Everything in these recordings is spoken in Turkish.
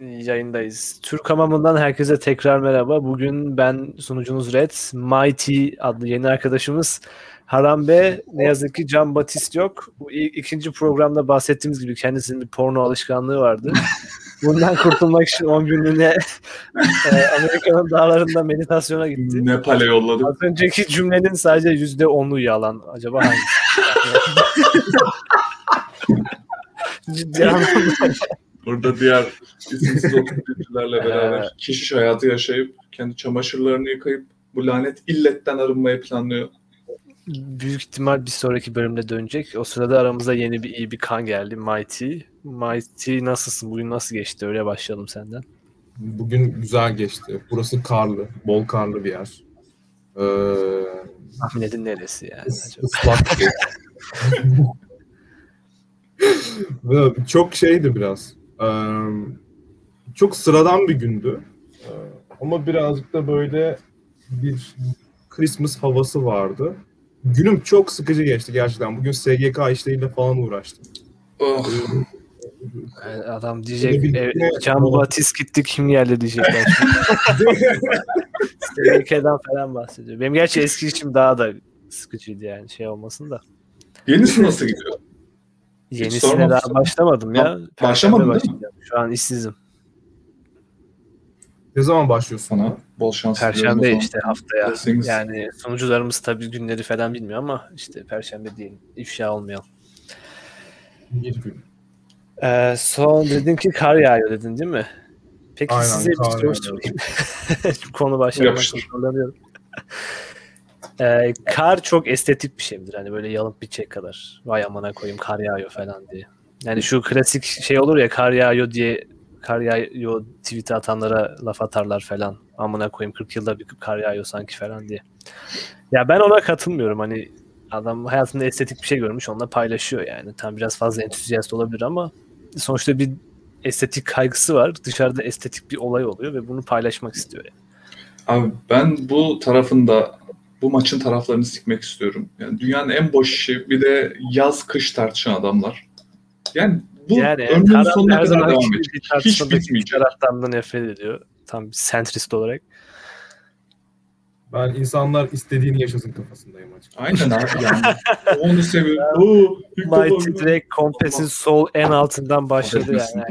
Yayındayız. Türk Hamamı'ndan herkese tekrar merhaba. Bugün ben sunucunuz Red, Mighty adlı yeni arkadaşımız Harambe, ne yazık ki Can Batist yok. Bu ikinci programda bahsettiğimiz gibi kendisinin bir porno alışkanlığı vardı. Bundan kurtulmak için 10 günlüğüne Amerika'nın dağlarında meditasyona gitti. Nepal'e yolladım. Az önceki cümlenin sadece %10'u yalan. Acaba hangisi? Ciddi anlamda. Burada diğer isimsiz otomobilcilerle beraber keşiş hayatı yaşayıp kendi çamaşırlarını yıkayıp bu lanet illetten arınmayı planlıyor. Büyük ihtimal bir sonraki bölümde dönecek. O sırada aramıza yeni iyi bir kan geldi. Mighty. Mighty nasılsın? Bugün nasıl geçti? Öyle başlayalım senden. Bugün güzel geçti. Burası karlı. Bol karlı bir yer. Tahmin edin neresi yani? Islak. Çok şeydi biraz. Çok sıradan bir gündü. Ama birazcık da böyle bir Christmas havası vardı. Günüm çok sıkıcı geçti gerçekten. Bugün SGK işleriyle falan uğraştım. Oh. Yani adam diyecek Can Batist gitti kim geldi diyecekler. SGK'dan falan bahsediyor. Benim gerçi eski işim daha da sıkıcıydı yani şey olmasın da. Yenisi nasıl gidiyor? Yenisine daha başlamadım ya. Başlamadın değil mi? Şu an işsizim. Ne zaman başlıyorsun? Sana bol şans. Perşembe işte haftaya. Yani sunucularımız tabii günleri falan bilmiyor ama işte Perşembe değil. İfşa olmayalım. Bir gün. Son dedin ki kar yağıyor dedin değil mi? Peki aynen, size bir soru sorayım. Konu başlamakta zorlanıyorum. Kar çok estetik bir şeydir. Hani böyle yalıp bitecek kadar. Vay amına koyayım kar yağıyor falan diye. Yani şu klasik şey olur ya kar yağıyor diye kar yağıyor tweet atanlara laf atarlar falan. Amına koyayım 40 yılda bir kar yağıyor sanki falan diye. Ya ben ona katılmıyorum. Hani adam hayatında estetik bir şey görmüş onunla paylaşıyor yani. Tam biraz fazla entüzyast olabilir ama sonuçta bir estetik kaygısı var. Dışarıda estetik bir olay oluyor ve bunu paylaşmak istiyor yani. Abi ben bu maçın taraflarını sikmek istiyorum. Yani dünyanın en boş işi bir de yaz kış tartışan adamlar. Yani bu ömrünün sonuna kadar devam edecek. Hiç bitmeyecek. Taraftan da nefret ediyor. Tam bir sentrist olarak. Ben insanlar istediğini yaşasın kafasındayım açıkçası. Aynen abi yani. Onu seviyorum. Mighty direkt Compass'in sol en altından başladı yani.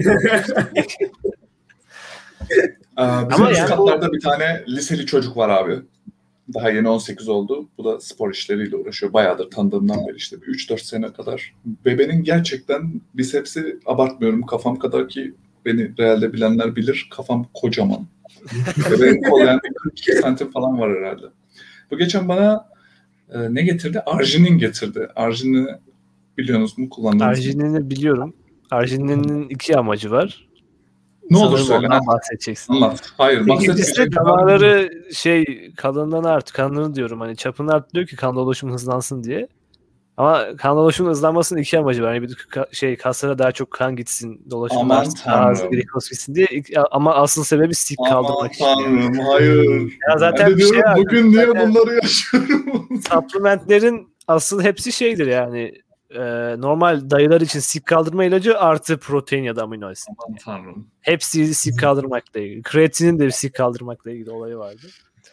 Bizim üst katlarda bir tane liseli çocuk var abi. Daha yeni 18 oldu. Bu da spor işleriyle uğraşıyor. Bayağıdır tanıdığımdan beri işte 3-4 sene kadar. Bebenin gerçekten bisepsi abartmıyorum kafam kadar ki beni realde bilenler bilir. Kafam kocaman. Bebeğin kol yani 42 santim falan var herhalde. Bu geçen bana ne getirdi? Arginin getirdi. Arginini biliyorsunuz mu? Kullandınız mı? Arginini biliyorum. Argininin iki amacı var. Ne olur söyle. Ondan bahsedeceksin. Anlat. Hayır bahsetmeyeceğim. Damarları kalınlığını kanını diyorum hani çapını arttırıyor ki kan dolaşımı hızlansın diye. Ama kan dolaşımının hızlanmasının iki amacı var. Yani kaslara daha çok kan gitsin, dolaşım artsın, daha az glikoz gitsin diye. Ama asıl sebebi sik kaldırmak için. Aman tanrım, hayır. Ya zaten diyorum, bugün niye bunları yaşıyorum? Supplementlerin asıl hepsi şeydir yani. Normal dayılar için sik kaldırma ilacı artı protein ya da amino asit. Aman tanrım. Hepsi sik kaldırmakla ilgili. Kreatinin de sik kaldırmakla ilgili olayı vardı.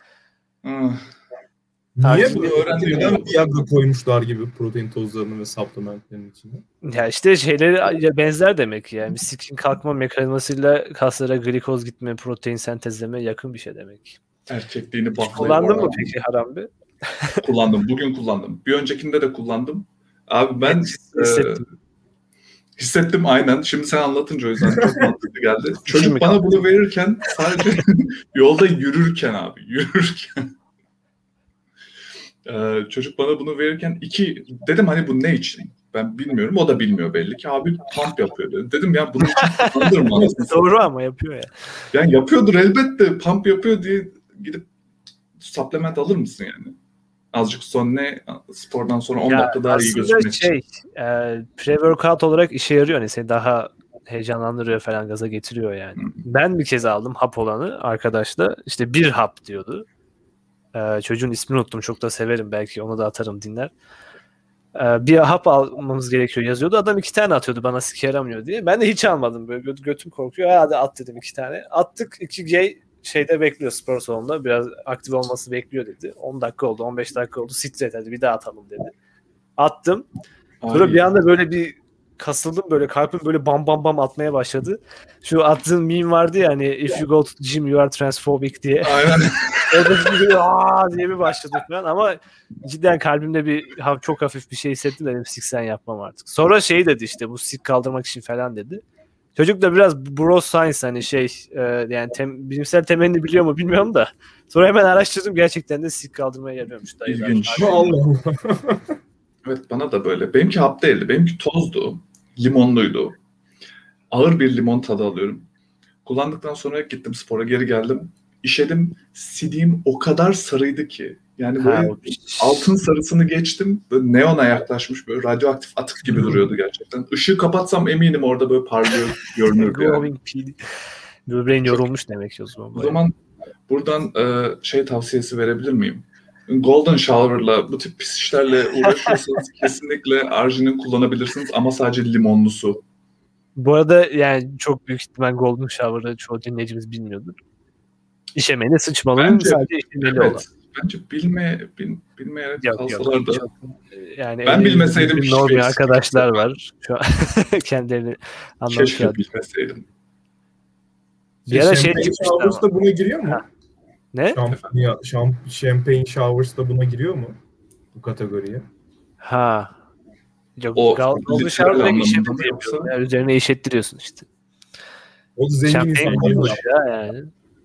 Niye bunu öğrendim? Neden Viagra koymuşlar gibi protein tozlarının ve supplementlerin içine? Ya işte şeyleri benzer demek yani. Bir sikin kalkma mekanizmasıyla kaslara glikoz gitme, protein sentezleme yakın bir şey demek. Erkekliğini baklayıp. Kullandın mı peki Harambe? Kullandım. Bugün kullandım. Bir öncekinde de kullandım. Abi ben hissettim aynen. Şimdi sen anlatınca o yüzden çok mantıklı geldi. Çocuk bana bunu verirken sadece yolda yürürken çocuk bana bunu verirken dedim hani bu ne için? Ben bilmiyorum. O da bilmiyor belli ki. Abi pump yapıyor dedi. Dedim ya bunun için kullanılır mı? Doğru ama yapıyor ya. Yani yapıyordur elbette. Pump yapıyor diye gidip supplement alır mısın yani? Azıcık spordan sonra 10 dakika daha iyi gözükmek için. Pre-workout olarak işe yarıyor. Yani seni daha heyecanlandırıyor falan, gaza getiriyor yani. Ben bir kez aldım hap olanı arkadaşla. İşte bir hap diyordu. Çocuğun ismini unuttum. Çok da severim. Belki onu da atarım dinler. Bir hap almamız gerekiyor yazıyordu. Adam 2 tane atıyordu bana sike yaramıyor diye. Ben de hiç almadım. Böyle götüm korkuyor. Hadi at dedim 2 tane. Attık 2 gay şeyde bekliyor spor salonunda. Biraz aktif olması bekliyor dedi. 10 dakika oldu, 15 dakika oldu. Siktir hadi bir daha atalım dedi. Attım. Sonra bir anda böyle bir kasıldım, böyle kalbim böyle bam bam bam atmaya başladı. Şu attığın meme vardı ya hani if you go to the gym you are transphobic diye. Aynen. Orada bir aa diye bir başladık falan ama cidden kalbimde çok hafif bir şey hissettim dedim siksen yapmam artık. Sonra şey dedi işte bu sik kaldırmak için falan dedi. Çocuk da biraz bro science hani yani bilimsel temelini biliyor mu bilmiyorum da. Sonra hemen araştırdım gerçekten de sik kaldırmaya yarıyormuş. Dayılar. İlginç. Allah Allah. Evet bana da böyle. Benimki hap değildi. Benimki tozdu. Limonluydu. Ağır bir limon tadı alıyorum. Kullandıktan sonra gittim spora geri geldim. İşedim. Sidiğim o kadar sarıydı ki. Yani böyle altın sarısını geçtim. Böyle neona yaklaşmış. Böyle radyoaktif atık gibi duruyordu gerçekten. Işığı kapatsam eminim orada böyle parlıyor görünürdü yani. Böbreğin yorulmuş demek ki o zaman. O zaman buradan tavsiyesi verebilir miyim? Golden Shower'la bu tip pis işlerle uğraşıyorsanız kesinlikle Arjin'in kullanabilirsiniz ama sadece limonlusu. Bu arada yani çok büyük ihtimal Golden Shower'ı çoğu dinleyicimiz bilmiyordur. İşemeli sıçmalının sadece işemeli olan. Bence bilmeyerek kalsalar da. Yani ben bilmeseydim normal arkadaşlar var. Şu an kendilerini anlamış. Keşke bilmeseydim. Bir ara Champagne Showers da buna giriyor mu? Ne? Champagne Showers da buna giriyor mu? Bu kategoriye. Ha. O Golden Shower'da işettiriyorsun. Yoksa... Yani üzerine işettiriyorsun işte. O da zengin insanlar ya yani.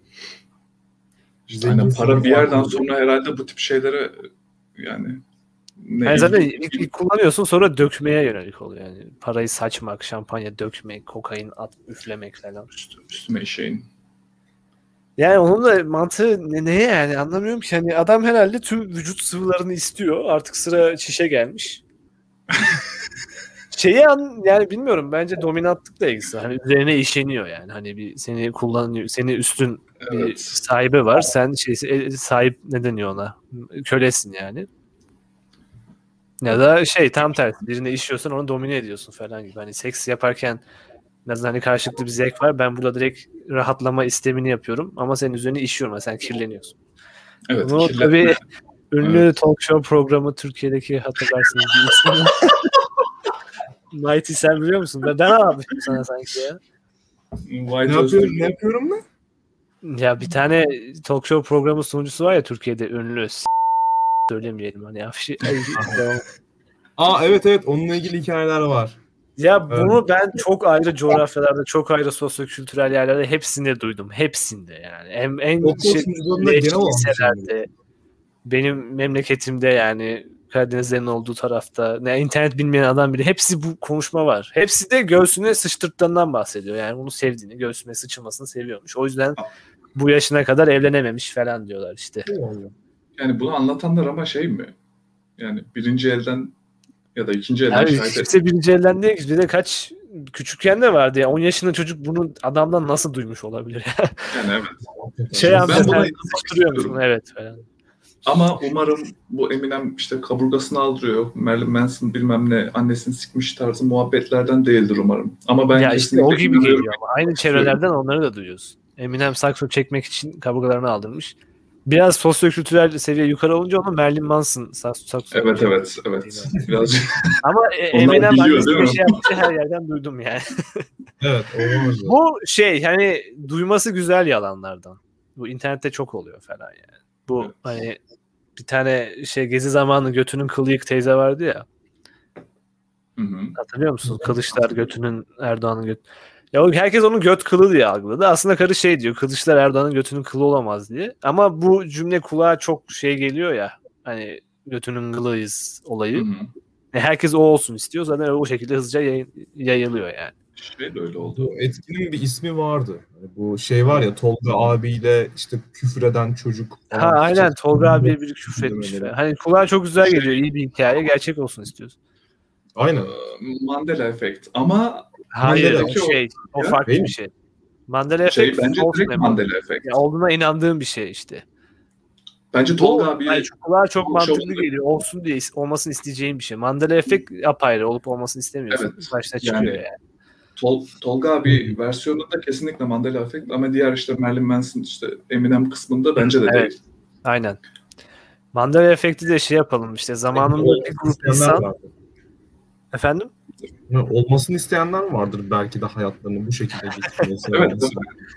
Aynen para bir yerden sonra herhalde bu tip şeylere yani zaten ilk kullanıyorsun sonra dökmeye yönelik oluyor yani. Parayı saçmak, şampanya dökmek, kokain üflemek falan. Üstüme işeyin. Yani onun da mantığı ne yani anlamıyorum ki. Yani adam herhalde tüm vücut sıvılarını istiyor. Artık sıra çişe gelmiş. Yani bilmiyorum bence dominantlıkla ilgisi. Hani üzerine işeniyor yani. Hani bir seni kullanıyor, seni üstün bir sahibi var. Sen sahip ne deniyor ona? Kölesin yani. Ya da tam tersi. Birine işiyorsan onu domine ediyorsun falan gibi. Hani seks yaparken biraz hani karşılıklı bir zevk var. Ben burada direkt rahatlama istemini yapıyorum. Ama senin üzerine işiyorum. Sen kirleniyorsun. Evet. Bunu tabii ünlü talk show programı Türkiye'deki hatırlarsınız bir ismi. Mighty sen biliyor musun? Ben abi sana sanki ya. Ne yapıyorum ben? Ya bir tane talk show programı sunucusu var ya Türkiye'de ünlü. Söylemeyelim hani afişi. Evet onunla ilgili hikayeler var. Ya bunu ben çok ayrı coğrafyalarda, çok ayrı sosyo-kültürel yerlerde hepsinde duydum. Hepsinde yani. En liselerde, benim memleketimde yani Karadenizlerin olduğu tarafta internet bilmeyen adam bile hepsi bu konuşma var. Hepsi de göğsüne sıçtırttığından bahsediyor. Yani bunu sevdiğini, göğsüne sıçılmasını seviyormuş. O yüzden bu yaşına kadar evlenememiş falan diyorlar işte. Yani bunu anlatanlar ama mi? Yani birinci elden ya da ikinci elden şahit. Kimse birinci elden değil ki. Bir de küçükken de vardı ya. 10 yaşında çocuk bunu adamdan nasıl duymuş olabilir? Yani evet. Ben buna sıçtırıyormuşsun evet falan. Ama umarım bu Eminem işte kaburgasını aldırıyor. Marilyn Manson bilmem ne annesini sikmiş tarzı muhabbetlerden değildir umarım. Ama ben ya işte o gibi geliyor ama aynı çevrelerden onları da duyuyorsun. Eminem sakso çekmek için kaburgalarını aldırmış. Biraz sosyo-kültürel seviye yukarı olunca ona Marilyn Manson sakso. Evet. Birazcık. Ama Eminem annesine yaptığı her yerden duydum yani. Evet. Bu hani duyması güzel yalanlardan. Bu internette çok oluyor falan yani. Bu hani bir tane gezi zamanı götünün kılıyık teyze vardı ya. Hı. Hatırlıyor musunuz? Kılıçlar götünün Erdoğan'ın götü. Ya herkes onun göt kılı diye algıladı. Aslında karı diyor. Kılıçlar Erdoğan'ın götünün kılı olamaz diye. Ama bu cümle kulağa çok geliyor ya. Hani götünün kılıyız olayı. Hı. Herkes o olsun istiyor. Zaten o şekilde hızlıca yayılıyor yani. De öyle oldu. Bu etkinin bir ismi vardı. Bu var ya Tolga abiyle işte küfreden çocuk. Aynen Tolga abiye biri küfretmiş. Hani kulağa çok güzel geliyor. İyi bir hikaye. Gerçek olsun istiyorsun. Aynen. Mandela efekt ama hayır o farklı bir şey. Mandela efekt bence direkt Mandela efekt. Olduğuna inandığım bir şey işte. Bence Tolga abi kulağa çok bu mantıklı şovunda- geliyor. Olsun diye olmasını isteyeceğim bir şey. Mandela efekt apayrı, olup olmasını istemiyorsun. Evet. Başta çıkıyor yani. Tolga abi versiyonunda kesinlikle Mandela Efekt ama diğer işte Marilyn Manson işte Eminem kısmında bence de Evet. değil. Aynen. Mandela efekti de şey yapalım işte zamanında bir grup İsteyenler insan. vardır. Efendim? Olmasını isteyenler vardır belki de hayatlarını bu şekilde geçirmesi. Evet, değil mi?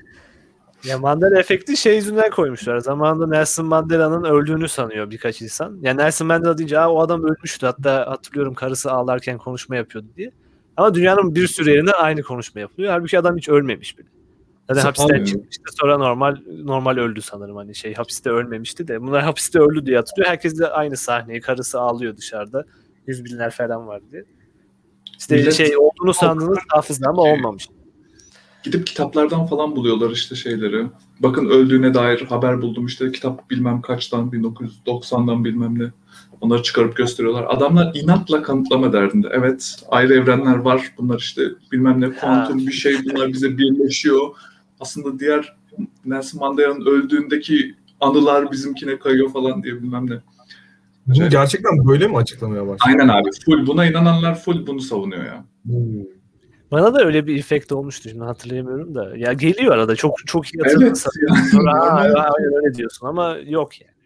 Ya Mandela efekti şey yüzünden koymuşlar. Zamanında Nelson Mandela'nın öldüğünü sanıyor birkaç insan. Yani Nelson Mandela deyince o adam ölmüştü. Hatta hatırlıyorum karısı ağlarken konuşma yapıyordu diye. Ama dünyanın bir sürü yerinde aynı konuşma yapılıyor. Halbuki adam hiç ölmemiş bile. Zaten hapisten Sanmıyorum. çıkmıştı. Sonra normal öldü sanırım. Hani şey hapiste ölmemişti de. Bunlar hapiste öldü diye hatırlıyor. Herkes de aynı sahneyi. Karısı ağlıyor dışarıda. Yüz binler falan var diye. İşte Millet- şey olduğunu sandığınız hafıza ama olmamış. Gidip kitaplardan falan buluyorlar işte şeyleri. Bakın öldüğüne dair haber buldum işte kitap bilmem kaçtan 1990'dan bilmem ne. Onları çıkarıp gösteriyorlar. Adamlar inatla kanıtlama derdinde. Evet ayrı evrenler var. Bunlar işte bilmem ne kuantum bir şey. Bunlar bize birleşiyor. Aslında diğer Nelson Mandela'nın öldüğündeki anılar bizimkine kayıyor falan diye bilmem ne. Bunu gerçekten böyle mi açıklamaya başladı? Aynen abi. Full buna inananlar full bunu savunuyor ya. Bana da öyle bir efekt olmuştu şimdi hatırlayamıyorum da. Ya geliyor arada çok iyi hatırlıyorsan. Evet. Yani, Sonra normal öyle diyorsun ama yok yani.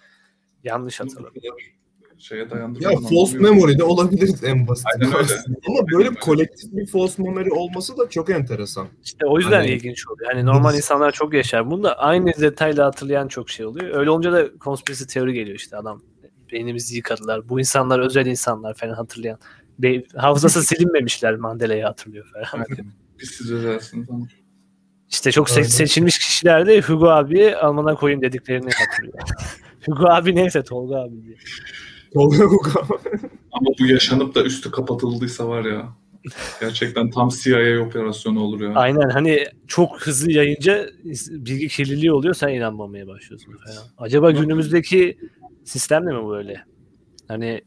Yanlış hatırladım. Şeye Ya dayandırıyorum. false memory de olabilir en basit. Aynen öyle. Ama böyle kolektif bir false memory olması da çok enteresan. İşte o yüzden Hani- ilginç oluyor. Hani normal insanlar çok yaşar. Bunu da aynı detayla hatırlayan çok şey oluyor. Öyle olunca da konspirasi teori geliyor işte adam. Beynimizi yıkadılar. Bu insanlar özel insanlar falan hatırlayan. Hafızası silinmemişler Mandela'yı hatırlıyor falan. Evet. Biz siz özelsiniz ama. İşte çok Aynen. seçilmiş kişiler de Hugo abi almana koyun dediklerini hatırlıyor. Hugo abi neyse Tolga abi diye. Tolga Huga. Ama bu yaşanıp da üstü kapatıldıysa var ya gerçekten tam CIA operasyonu olur ya. Aynen hani çok hızlı yayınca bilgi kirliliği oluyor sen inanmamaya başlıyorsun falan. Acaba günümüzdeki sistem de mi böyle? Hani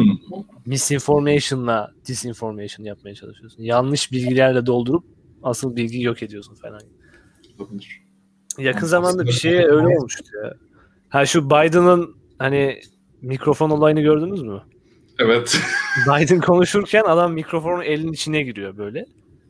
misinformation'la disinformation yapmaya çalışıyorsun. Yanlış bilgilerle doldurup asıl bilgiyi yok ediyorsun falan. Olabilir. Yakın zamanda bir şeye öyle olmuştu ya. Ha şu Biden'ın hani mikrofon olayını gördünüz mü? Evet. Biden konuşurken adam mikrofonun elinin içine giriyor böyle.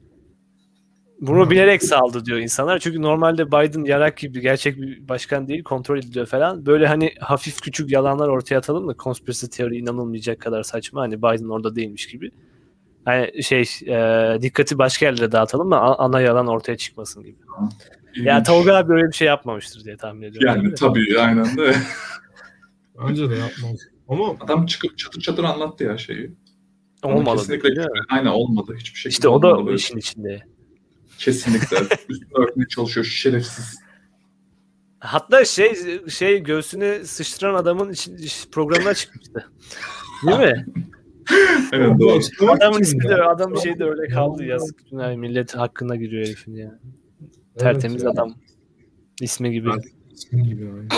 Bunu bilerek saldı diyor insanlar. Çünkü normalde Biden yarak gibi gerçek bir başkan değil, kontrol ediliyor falan. Böyle hani hafif küçük yalanlar ortaya atalım da konspirasi teori inanılmayacak kadar saçma. Hani Biden orada değilmiş gibi. Hani dikkati başka yerlere dağıtalım da ana yalan ortaya çıkmasın gibi. İlginç. Ya Tolga abi öyle bir şey yapmamıştır diye tahmin ediyorum. Yani tabii aynen de. Bence de yapmaz. Ama Adam çıkıp çatır çatır anlattı ya şeyi. Olmadı. Kesinlikle değil mi? aynen olmadı. Hiçbir şekilde İşte o da olmadı böyle. işin içinde. Kesinlikle. Üstüne örtmeye çalışıyor şerefsiz. Hatta göğsüne sıçtıran adamın programına çıkmıştı. Değil mi? Evet doğru. Adamın ismi de adam bir şey de öyle kaldı yazık. Yani millet hakkına giriyor herifin ya. Tertemiz ya. adam. İsmi gibi. İsmi gibi yani.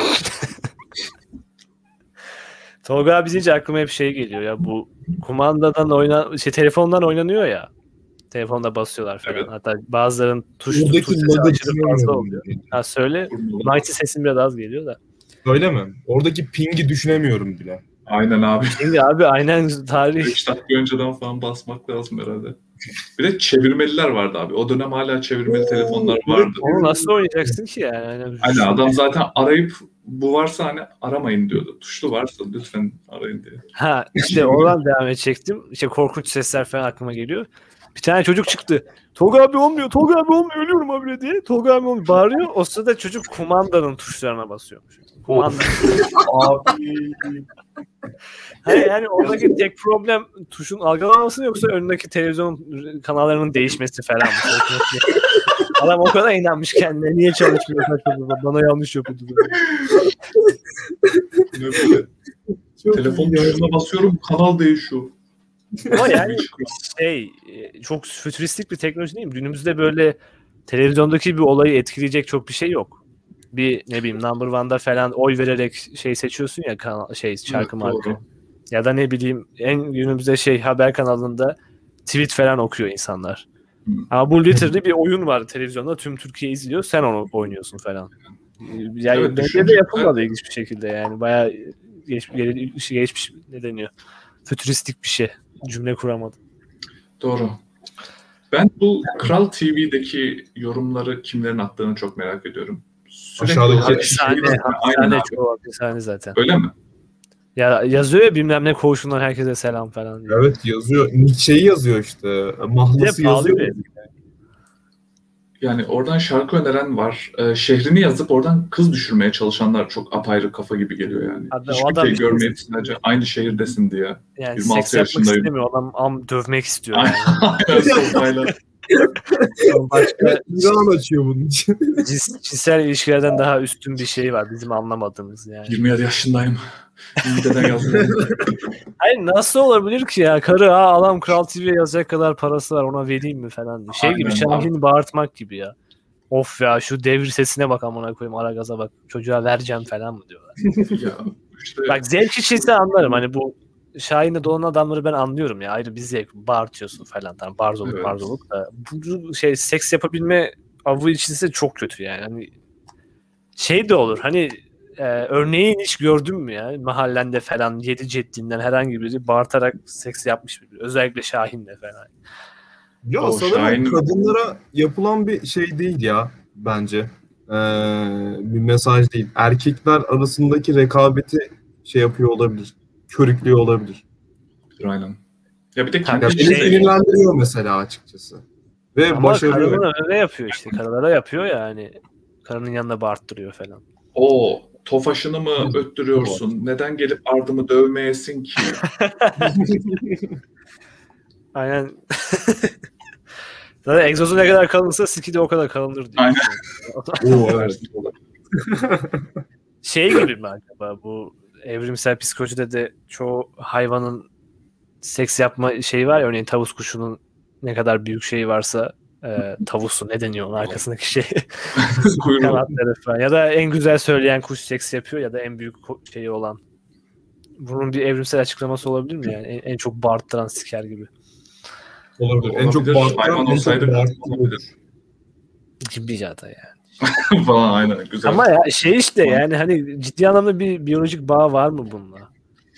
Tolga abi deyince aklıma hep şey geliyor ya bu kumandadan telefondan oynanıyor ya. Telefonda basıyorlar falan. Evet. Hatta bazıların tuş Buradaki sesi lagı aşırı fazla düşünemiyorum. oluyor. Ha söyle. Mighty sesin biraz az geliyor da. Öyle mi? Oradaki ping'i düşünemiyorum bile. Aynen abi. Şimdi abi aynen tarih. 5 dakika önceden falan basmak lazım herhalde. Bir de çevirmeliler vardı abi. O dönem hala çevirmeli telefonlar vardı. Onu nasıl oynayacaksın ki yani? Aynen adam zaten arayıp bu varsa hani aramayın diyordu. Tuşlu varsa lütfen arayın diye. Ha işte oradan devam edecektim. İşte korkunç sesler falan aklıma geliyor. Bir tane çocuk çıktı. Tolga abi olmuyor, Tolga abi olmuyor, ölüyorum abi diye. Tolga abi olmuyor. Bağırıyor. O sırada çocuk kumandanın tuşlarına basıyormuş. Kumanda. Abi. Hayır yani oradaki tek problem tuşun algılanması yoksa önündeki televizyon kanallarının değişmesi falan mı? Adam o kadar inanmış kendine. Niye çalışmıyor? Bana yanlış yapıldı. Telefon tuşuna basıyorum kanal değişiyor. Ama yani çok fütüristik bir teknoloji değil mi? Günümüzde böyle televizyondaki bir olayı etkileyecek çok bir şey yok. Bir ne bileyim Number One'da falan oy vererek seçiyorsun ya şarkı marka. Ya da ne bileyim en günümüzde haber kanalında tweet falan okuyor insanlar. Ama bu literally bir oyun var televizyonda tüm Türkiye izliyor sen onu oynuyorsun falan. Yani Evet, bence de yapılmadı ilginç bir şekilde yani. Bayağı geçmiş ne deniyor? Fütüristik bir şey. Cümle kuramadım. Doğru. Ben bu Kral TV'deki yorumları kimlerin attığını çok merak ediyorum. Sürekli Aşağıdaki olarak Hapishane çoğu hapishane zaten. Öyle mi? Ya yazıyor ya bilmem ne koğuşundan herkese selam falan diye. Evet yazıyor. Şeyi yazıyor işte. Mahlası yazıyor. Bir. Yani oradan şarkı öneren var. Şehrini yazıp oradan kız düşürmeye çalışanlar çok apayrı kafa gibi geliyor yani. O Hiçbir adam şey işte görmeyip sadece aynı şehirdesin diye. Yani 26 seks yapmak yaşındayım. istemiyor. Adam dövmek istiyor yani. Aynen sopayla. Başka İran açıyor bunun için. cinsel ilişkilerden daha üstün bir şey var bizim anlamadığımız yani. 27 yaşındayım. İngiltere'den yazıyorum. Hayır nasıl olabilir ki ya? Karı adam Kral TV'ye yazacak kadar parası var ona vereyim mi falan diye. Şey gibi Aynen. Şahin'i bağırtmak gibi ya. Of ya şu devir sesine bak amına koyayım Aragaz'a bak çocuğa vereceğim falan mı diyorlar. Ya işte Bak zevk içinse anlarım hani bu Şahin'le dolan adamları ben anlıyorum ya ayrı bir zevk bağırtıyorsun falan tamam barzoluk Evet. barzoluk da bu şey seks yapabilme avı içinse çok kötü yani hani şey de olur hani örneğin hiç gördün mü ya mahallende falan 7 ceddinden herhangi biri bağırtarak seks yapmış biri özellikle Şahin'le falan. Ya O sanırım Şahin- kadınlara yapılan bir şey değil ya bence. Bir mesaj değil. Erkekler arasındaki rekabeti şey yapıyor olabilir. Körüklüyor olabilir. aynen. Ya bir de Ya kendi beni sinirlendiriyor mesela açıkçası. Ve Ama başarıyor. karılara öyle yapıyor işte karılara yapıyor ya hani karının yanında bağırttırıyor falan. O tofaşını mı öttürüyorsun? Neden gelip ardımı dövmeyesin ki? Aynen. Zaten egzozu ne kadar kalınsa siki de o kadar kalındır diyor. Aynen. Oo, evet. Şey gibi mi acaba bu evrimsel psikolojide de çoğu hayvanın seks yapma şeyi var ya örneğin tavus kuşunun ne kadar büyük şeyi varsa tavusu ne deniyor onun arkasındaki şey Kuyruğu. kanatları falan ya da en güzel söyleyen kuş seks yapıyor ya da en büyük şeyi olan bunun bir evrimsel açıklaması olabilir mi yani en çok bağırttıran siker gibi Olabilir. En çok Olabilir. bağırtıran, Hayvan en çok olsaydı bağırtıran olabilir. gibi zaten yani. Falan aynen güzel. Ama ya şey işte yani hani ciddi anlamda bir biyolojik bağ var mı bununla?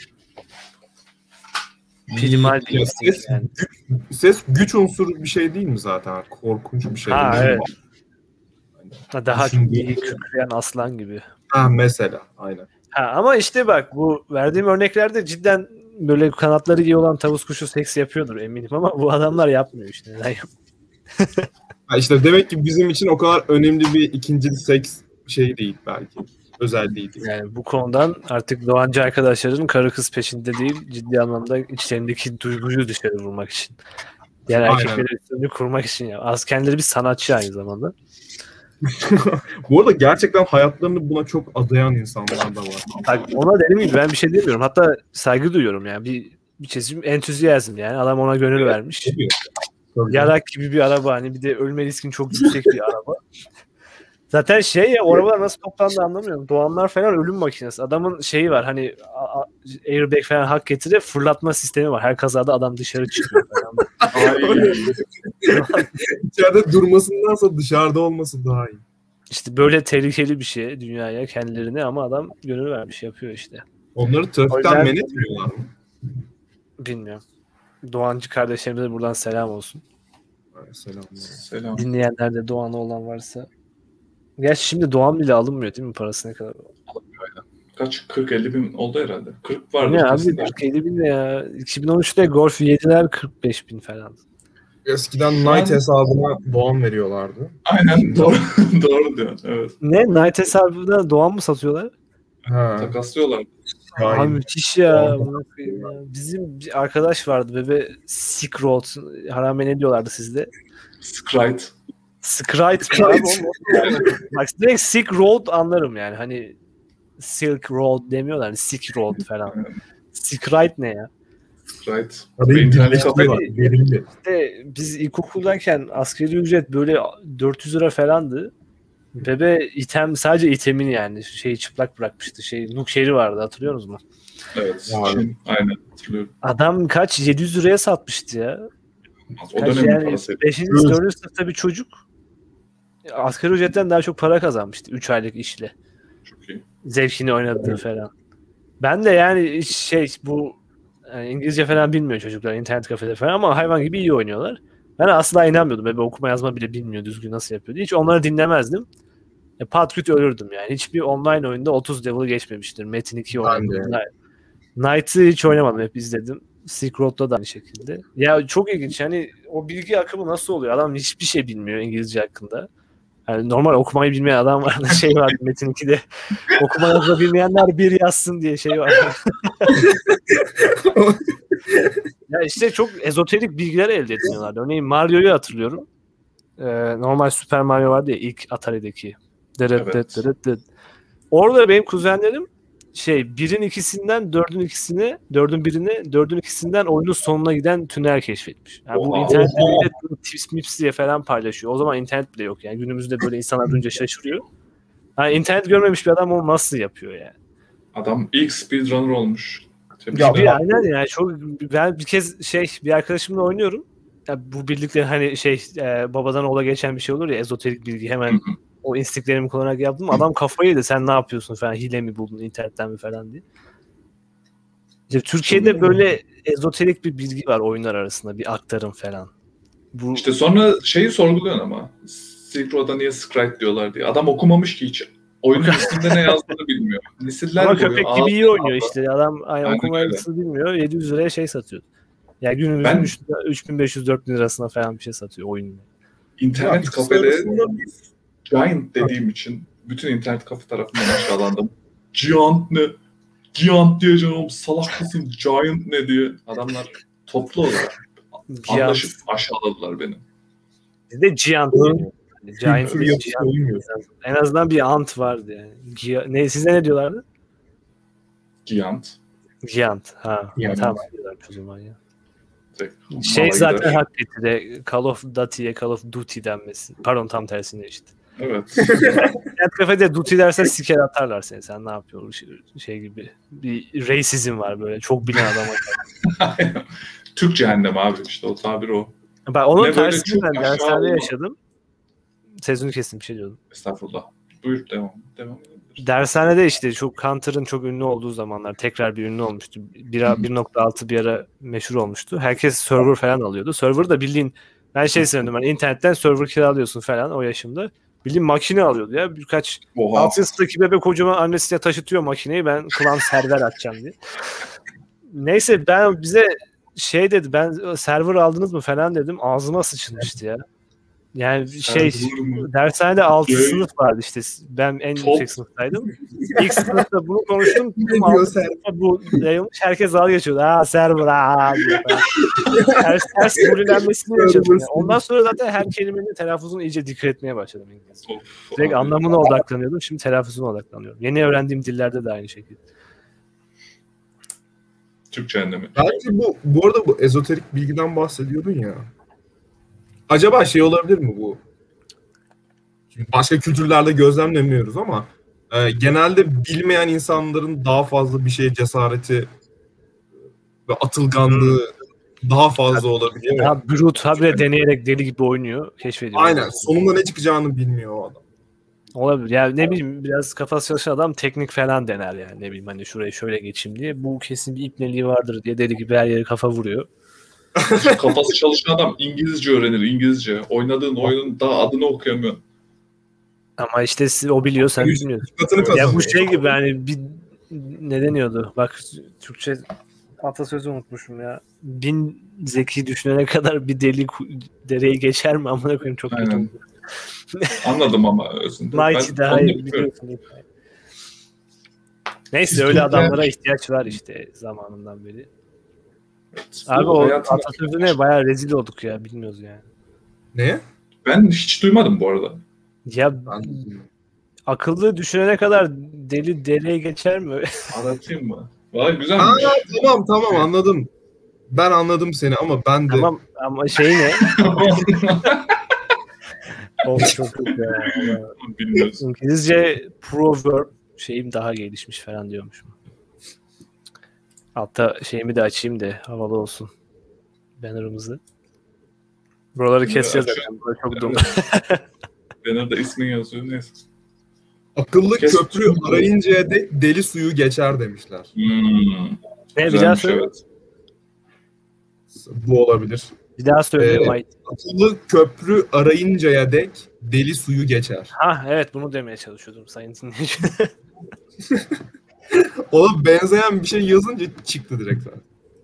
Primal bir Ya instinct yani. ses güç unsuru bir şey değil mi zaten? Korkunç bir şey. Ha, değil mi? evet. Daha Düşündüğüm- iyi kükreyen aslan gibi. Ha mesela aynen. Ha, ama işte bak bu verdiğim örneklerde cidden böyle kanatları iyi olan tavus kuşu seks yapıyordur eminim ama bu adamlar yapmıyor işte. Neden yapmıyor? Ha işte demek ki bizim için o kadar önemli bir ikinci seks şey değil belki. Özel değil. Yani bu konudan artık doğancı arkadaşların karı kız peşinde değil ciddi anlamda içlerindeki duyguyu dışarı vurmak için. Yani Aynen. erkeklerin üstünlüğü kurmak için ya. Az kendileri bir sanatçı aynı zamanda. Bu arada gerçekten hayatlarını buna çok adayan insanlar da var. Bak, ona dediğim gibi ben bir şey demiyorum. Hatta saygı duyuyorum yani. Bir çeşit entüziyazm yani. Adam ona gönül vermiş. Tabii. Yarak gibi bir araba hani bir de ölme riskin çok yüksek bir araba. Zaten şey ya o arabalar nasıl toplandı anlamıyorum. Doğanlar falan ölüm makinesi. Adamın şeyi var hani airbag falan hak getire fırlatma sistemi var. Her kazada adam dışarı çıkıyor falan. İçeride durmasındansa dışarıda olması daha iyi. İşte böyle tehlikeli bir şey dünyaya kendilerine ama adam gönül vermiş yapıyor işte. Onları O trafikten yüzden- men etmiyorlar mı? Bilmiyorum. Doğancı kardeşlerimize buradan selam olsun. Selamlar. Selam. Dinleyenlerde Doğan'ı olan varsa. Gerçi şimdi Doğan bile alınmıyor değil mi? Parası ne kadar? Kaç? 40-50 bin oldu herhalde. 40 vardı. Ne abi kesin. 47 bin ne ya? 2013'te Golf 7'ler 45 bin falan. Eskiden Şu Night an- hesabına Doğan veriyorlardı. Aynen doğru. Doğru diyor. Evet. Ne? Night hesabında Doğan mı satıyorlar? Ha. Takaslıyorlar. Abi Şahin. müthiş ya. Doğan. Amına koyayım ya. Bizim bir arkadaş vardı bebe Silk Road. Harame ne diyorlardı sizde? Sprite. Sprite mi abi? Bak direkt Silk Road anlarım yani. Hani Silk Road demiyorlar. Hani Silk Road falan. Sprite ne ya? Sprite. Tabii Beyin bir terlik var. Verimli. İşte biz ilkokuldayken asgari ücret böyle 400 lira falandı. Bebe item sadece itemin yani şeyi çıplak bırakmıştı. Nukşehri vardı hatırlıyor musunuz? Evet. Var. Çin. Aynen. Hatırlıyorum. Adam kaç 700 liraya satmıştı ya. O Kaç dönemin yani parası. 5. 4. sınıfta bir çocuk asgari ücretten daha çok para kazanmıştı 3 aylık işle. Çok iyi. Zevkini oynadığı falan. Ben de yani bu yani İngilizce falan bilmiyor çocuklar internet kafede falan ama hayvan gibi iyi oynuyorlar. Ben asla inanmıyordum. Bebe okuma yazma bile bilmiyor düzgün nasıl yapıyor diye. Hiç onları dinlemezdim. Patküt ölürdüm yani. Hiçbir online oyunda 30 level geçmemiştir. Metin 2 oynadım. Knight'ı hiç oynamadım. Hep izledim. Silk Road'da da aynı şekilde. Ya çok ilginç. Yani o bilgi akımı nasıl oluyor? Adam hiçbir şey bilmiyor İngilizce hakkında. Yani normal okumayı bilmeyen adam var. Şey var Metin 2'de. Okuma yazma bilmeyenler bir yazsın diye şey var. Ya işte çok ezoterik bilgiler elde ediniyorlar. Örneğin Mario'yu hatırlıyorum. Normal Super Mario vardı ya ilk Atari'deki. Evet. Orada benim kuzenlerim birin ikisinden dördün birini, dördün ikisinden oyunun sonuna giden tünel keşfetmiş. Yani bu internette millet tips mips diye falan paylaşıyor. O zaman internet bile yok yani. Günümüzde böyle insanlar duyunca şaşırıyor. Yani internet görmemiş bir adam o nasıl yapıyor yani? Adam ilk speedrunner olmuş. Aynen yani ben bir kez bir arkadaşımla oynuyorum. Ya bu bildikleri hani babadan oğula geçen bir şey olur ya ezoterik bilgi hemen o instiklerimi kullanarak yaptım. Adam kafayı yedi sen ne yapıyorsun falan hile mi buldun internetten mi falan diye. İşte Türkiye'de böyle ezoterik bir bilgi var oyunlar arasında bir aktarım falan. İşte sonra şeyi sorguluyorsun ama Silk Road'a niye Scryte diyorlar diye. Adam okumamış ki hiç. Oyunun isminde ne yazdığını bilmiyor. Nesiller ama boyu köpek gibi iyi oynuyor işte. Adam okuma öyle. yazısını bilmiyor. 700 liraya satıyor. Yani günümüzün Ben 3500-4000 lirasına falan bir şey satıyor oyun. internet kafede Giant dediğim için bütün internet kafe tarafından aşağılandım. Giant ne? Giant diye canım salak mısın? Giant ne diye. Adamlar toplu olarak anlaşıp aşağıladılar beni. Bizde Giant deniyor. Giant Kültür yapısı olmuyor. En azından bir ant vardı yani. Sizde ne diyorlardı? Giant. Giant. Ha. Yani. Tamam diyorlarmış o zaman ya. Zaten hak getire. Call of Duty'ye Call of Duty denmesi. Pardon tam tersine işte. Evet. İnternet kafede Duty dersen siker atarlar seni. Sen ne yapıyorsun? Gibi. Bir racism var böyle. Çok bilen adama. Türk cehennem abi işte o tabir o. Ben onun tersini ben derslerde yaşadım. Sezonu kesin bir şey diyordum. Estağfurullah. Buyur devam. Dershanede işte Counter'ın çok ünlü olduğu zamanlar tekrar bir ünlü olmuştu. 1.6 bir ara meşhur olmuştu. Herkes server falan alıyordu. Server da bildiğin ben sanıyordum hani internetten server kiralıyorsun falan o yaşımda. Bildiğin makine alıyordu ya. Birkaç alt sınıftaki bebek kocaman annesiyle taşıtıyor makineyi. Ben klan server açacağım diye. Neyse bize dedi ben server aldınız mı falan dedim. Ağzıma sıçılmıştı ya. Yani dershanede 6 sınıf vardı işte. Ben en yüksek sınıftaydım. İlk sınıfta bunu konuştum. Bu yayılmış. Herkes dalga geçiyordu. Server diye. Ters kabullenmesini yaşadım. Yani. Ondan sonra zaten her kelimenin telaffuzunu iyice dikkat etmeye başladım İngilizce. Direkt anlamına odaklanıyordum. Şimdi telaffuzuna odaklanıyorum. Yeni öğrendiğim dillerde de aynı şekilde. Türk cehennemi. Belki bu arada bu ezoterik bilgiden bahsediyordun ya. Acaba olabilir mi bu? Şimdi başka kültürlerde gözlemlemiyoruz ama genelde bilmeyen insanların daha fazla bir şeye cesareti ve atılganlığı daha fazla olabiliyor. Daha brut, habire deneyerek deli gibi oynuyor, keşfediyor. Aynen. Sonunda ne çıkacağını bilmiyor o adam. Olabilir. Yani ne bileyim biraz kafası çalışan adam teknik falan dener yani. Ne bileyim hani şuraya şöyle geçeyim diye. Bu kesin bir ipneliği vardır diye deli gibi her yere kafa vuruyor. Kafası çalışan adam İngilizce öğrenir. İngilizce. Oynadığın oyunun daha adını okuyamıyor. Ama işte o biliyor sen bilmiyorsun. Ya bu gibi hani ne deniyordu? Bak Türkçe atasözü unutmuşum ya. 1000 zeki düşünene kadar bir deli dereyi geçer mi? Amına koyayım çok kötü oldu. Anladım ama özünde. Mighty daha iyi biliyorsun. Neyse öyle adamlara ihtiyaç var işte zamanından beri. Evet, abi o atasözüne bayağı rezil olduk ya bilmiyoruz yani. Ne? Ben hiç duymadım bu arada. Ya akıllı düşünene kadar deli dereye geçer mi? Anlatayım mı? Vay güzelmiş. Tamam anladım. Ben anladım seni ama ben de... Tamam ama ne? Çok kötü ya. Bilmiyorsun. İngilizce proverb daha gelişmiş falan diyormuşum. Hatta de açayım da havalı olsun. Banner'ımızı. Buraları keseceğiz zaten. Burada çok dum. Banner'da ismin yazıyor. Neyse. Akıllı Kes- köprü arayıncaya dek deli suyu geçer demişler. Bir daha Güzelmiş, söyle. evet. Bu olabilir. Bir daha söyle. Akıllı köprü arayıncaya dek deli suyu geçer. Ha evet, bunu demeye çalışıyordum sayın dinleyici. Ona benzeyen bir şey yazınca çıktı direkt zaten.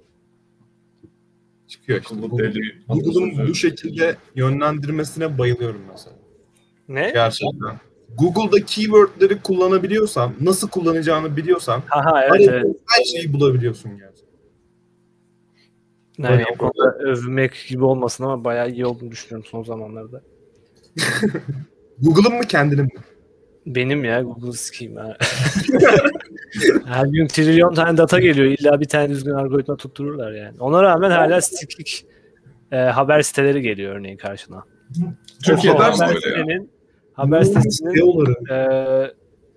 Çıkıyor işte. Akıllı deli. Google'un bu şekilde yönlendirmesine bayılıyorum mesela. Ne? Gerçekten. Google'da keywordleri kullanabiliyorsan, nasıl kullanacağını biliyorsan Aha evet evet. her şeyi bulabiliyorsun gerçekten. Yani o konuda övmek gibi olmasın ama bayağı iyi olduğunu düşünüyorum son zamanlarda. Google'ın mı kendinin mi? Benim ya, Google sikeyim ha. Her gün trilyon tane data geliyor. İlla bir tane düzgün algoritma tuttururlar yani. Ona rağmen hala sikik haber siteleri geliyor örneğin karşına. Türkiye'de haber ama öyle ya. sitenin haber sitesinin SEO'ları.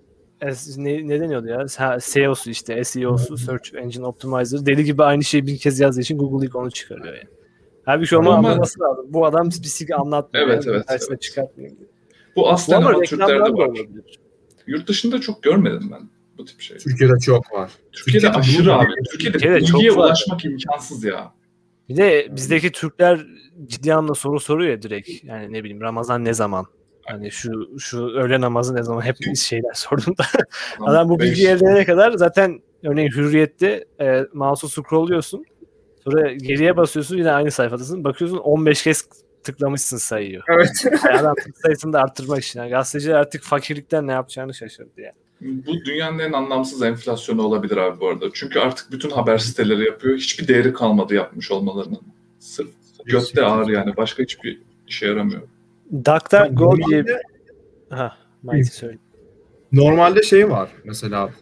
ne deniyordu ya? SEO'su işte, SEO'su, Search Engine Optimizer. Deli gibi aynı şeyi bir kez yazdığı için Google ilk onu çıkarıyor yani. Halbuki onu anlaması lazım. Bu adam bir sik anlatmıyor. Evet, yani. evet, Tersine evet. çıkartmıyor. Bu aslen ama Türklerde reklamlar da var. olabilir. Yurt dışında çok görmedim ben bu tip şey. Türkiye'de çok var. Türkiye'de aşırı bunu- abi. Türkiye'de çok bilgiye var. ulaşmak imkansız ya. Bir de bizdeki Türkler ciddi anlamda soru soruyor ya direkt. Yani ne bileyim, Ramazan ne zaman? Hani şu öğle namazı ne zaman? Hep şeyler sordum da. Adam bu bilgiyi elde edene kadar zaten örneğin Hürriyet'te mouse'u scrollluyorsun. Sonra geriye basıyorsun, yine aynı sayfadasın. Bakıyorsun 15 kez tıklamışsın sayıyor. Evet. Yani adam tık sayısını da arttırmak için. Yani gazeteciler artık fakirlikten ne yapacağını şaşırdı yani. Bu dünyanın en anlamsız enflasyonu olabilir abi bu arada. Çünkü artık bütün haber siteleri yapıyor. Hiçbir değeri kalmadı yapmış olmalarının. Sırf götte ağır yani. Başka hiçbir işe yaramıyor. DuckDuckGo diye... Ha, Mighty söyle. Normalde şey var mesela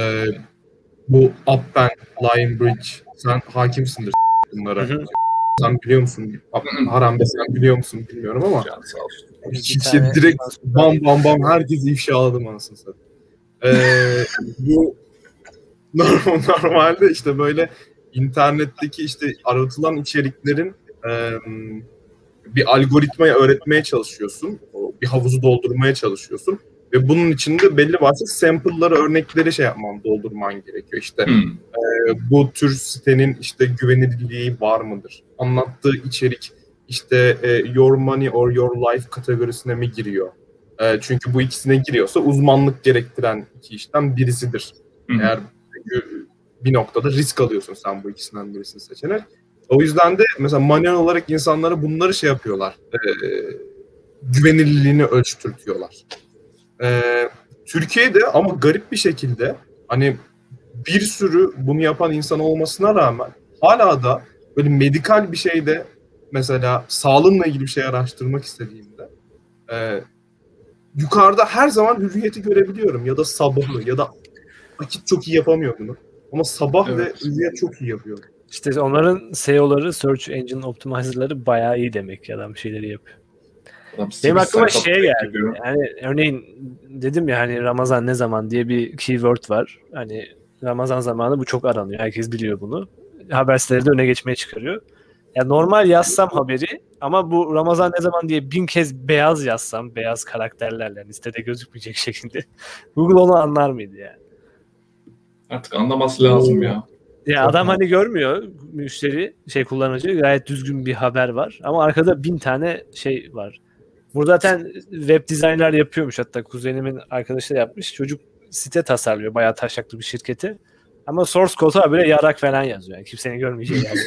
bu Upbank, Lionbridge, sen hakimsindir bunlara. Hı hı. Sen biliyor musun? Harambe sen biliyor musun bilmiyorum ama Can sağ olsun. işte direkt bam bam bam herkes ifşaladım anasını satayım. Bu normalde işte böyle internetteki işte aratılan içeriklerin bir algoritmayı öğretmeye çalışıyorsun. Bir havuzu doldurmaya çalışıyorsun. Ve bunun içinde belli başlı sample'ları, örnekleri doldurman gerekiyor. İşte bu tür sitenin işte güvenilirliği var mıdır? Anlattığı içerik işte your money or your life kategorisine mi giriyor? Çünkü bu ikisine giriyorsa uzmanlık gerektiren iki işten birisidir. Eğer bir noktada risk alıyorsun sen bu ikisinden birisini seçerek. O yüzden de mesela manuel olarak insanlara bunları yapıyorlar. Güvenilirliğini ölçtürtüyorlar. Türkiye'de ama garip bir şekilde hani bir sürü bunu yapan insan olmasına rağmen hala da böyle medikal bir şeyde mesela sağlığınla ilgili bir şey araştırmak istediğimde yukarıda her zaman Hürriyet'i görebiliyorum ya da Sabah'ı ya da Akit çok iyi yapamıyor bunu. Ama Sabah ve Hürriyet çok iyi yapıyor. İşte onların SEO'ları, Search Engine Optimizer'ları bayağı iyi demek ki, adam bir şeyleri yapıyor. Benim aklıma geldi. Yani örneğin dedim ya hani Ramazan ne zaman diye bir keyword var. Hani Ramazan zamanı bu çok aranıyor. Herkes biliyor bunu. Haber siteleri de öne geçmeye çıkarıyor. Yani normal yazsam haberi ama bu Ramazan ne zaman diye 1000 kez beyaz yazsam, beyaz karakterlerle listede gözükmeyecek şekilde Google onu anlar mıydı yani? Artık anlaması lazım ya. Ya adam hani görmüyor, müşteri kullanıcı gayet düzgün bir haber var ama arkada 1000 tane şey var. Burada zaten web dizaynlar yapıyormuş, hatta kuzenimin arkadaşı da yapmış. Çocuk site tasarlıyor, bayağı taşaklı bir şirketi. Ama source code'a böyle yarak falan yazıyor. Yani kimsenin görmeyeceği yani.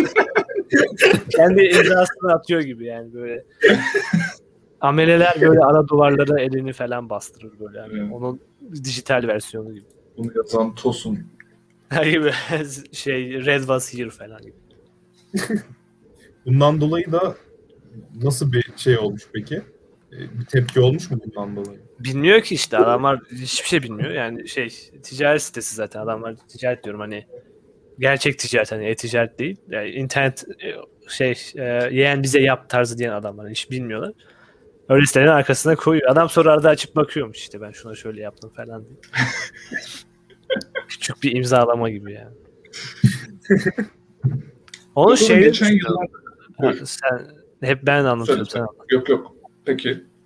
Kendi imzasını atıyor gibi yani böyle. Ameleler böyle ara duvarlara elini falan bastırır böyle. Yani onun dijital versiyonu gibi. Bunu yazan Tosun. gibi Red was here falan gibi. Bundan dolayı da nasıl bir şey olmuş peki? Bir tepki olmuş mu bundan dolayı? Bilmiyor ki işte, adamlar hiçbir şey bilmiyor. Yani ticaret sitesi zaten, adamlar ticaret diyorum hani gerçek ticaret, hani e-ticaret değil. Yani internet yeğen bize yap tarzı diyen adamlar hiç bilmiyorlar. Öyle sitelerin arkasına koyuyor. Adam sonra arada açıp bakıyormuş işte, ben şuna şöyle yaptım falan diye. Küçük bir imzalama gibi yani. Onun geçen yıllarda... sen hep ben anlatıyorum, sen anlat. Yok. Peki.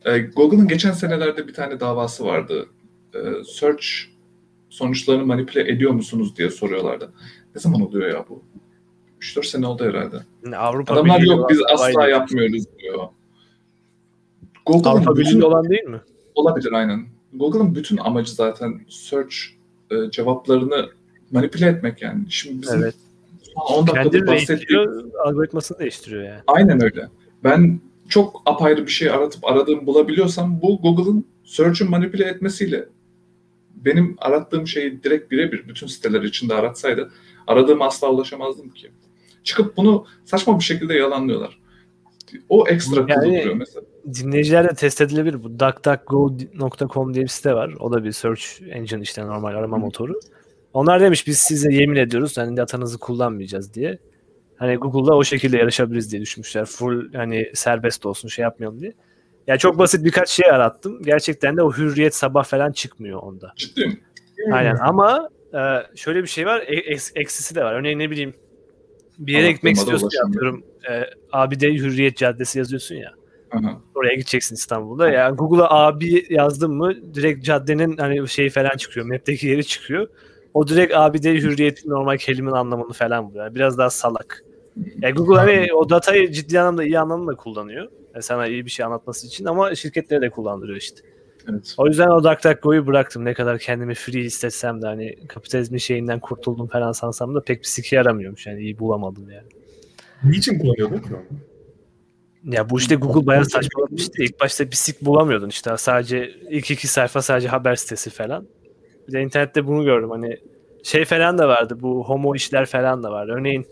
Google'ın geçen senelerde bir tane davası vardı. Search sonuçlarını manipüle ediyor musunuz diye soruyorlardı. Ne zaman oluyor ya bu? 3-4 sene oldu herhalde. Avrupa Adamlar Birliği yok biz olan asla davaydı. yapmıyoruz diyor. Google'ın Avrupa Birliği olan değil mi? olabilir aynen. Google'ın bütün amacı zaten search cevaplarını manipüle etmek yani. Şimdi bizim Evet. son 10 dakikadır Kendini bahsettiğim değiştiriyor, algoritmasını değiştiriyor yani. aynen öyle. Ben çok apayrı bir şey aratıp aradığımı bulabiliyorsam bu Google'ın search'ü manipüle etmesiyle benim arattığım şeyi direkt birebir bütün siteler içinde aratsaydı aradığıma asla ulaşamazdım ki. Çıkıp bunu saçma bir şekilde yalanlıyorlar. O ekstra Yani cool duruyor mesela. Dinleyicilerle test edilebilir. Bu DuckDuckGo.com diye bir site var. O da bir search engine işte normal arama motoru. Onlar demiş biz size yemin ediyoruz hani datanızı kullanmayacağız diye. Hani Google'la o şekilde yarışabiliriz diye düşünmüşler. Full hani serbest olsun şey yapmayalım diye. Yani çok basit birkaç şey arattım. Gerçekten de o Hürriyet Sabah falan çıkmıyor onda. Ciddi mi? Aynen ama şöyle bir şey var. Eksisi de var. Örneğin ne bileyim bir yere gitmek istiyorsun ya atıyorum. Abide Hürriyet Caddesi yazıyorsun ya. Aha. Oraya gideceksin İstanbul'da. Yani Google'a abi yazdın mı direkt caddenin hani şeyi falan çıkıyor. Map'teki yeri çıkıyor. O direkt abide Hürriyet'in normal kelimenin anlamını falan buluyor. Yani biraz daha salak. Yani Google hani o datayı ciddi anlamda iyi anlamda kullanıyor. Yani sana iyi bir şey anlatması için ama şirketlere de kullandırıyor işte. Evet. O yüzden o DuckDuckGo'yu bıraktım. Ne kadar kendimi free hissetsem de hani kapitalizmin şeyinden kurtuldum falan sansam da pek bir siki yaramıyormuş. Yani iyi bulamadım yani. Niçin kullanıyordun ki onu? Ya bu işte Google bayağı saçmalamıştı. İlk başta bir sik bulamıyordun işte. Sadece ilk 2 sayfa sadece haber sitesi falan. Bir de internette bunu gördüm. Hani şey falan da vardı. Bu homo işler falan da vardı. Örneğin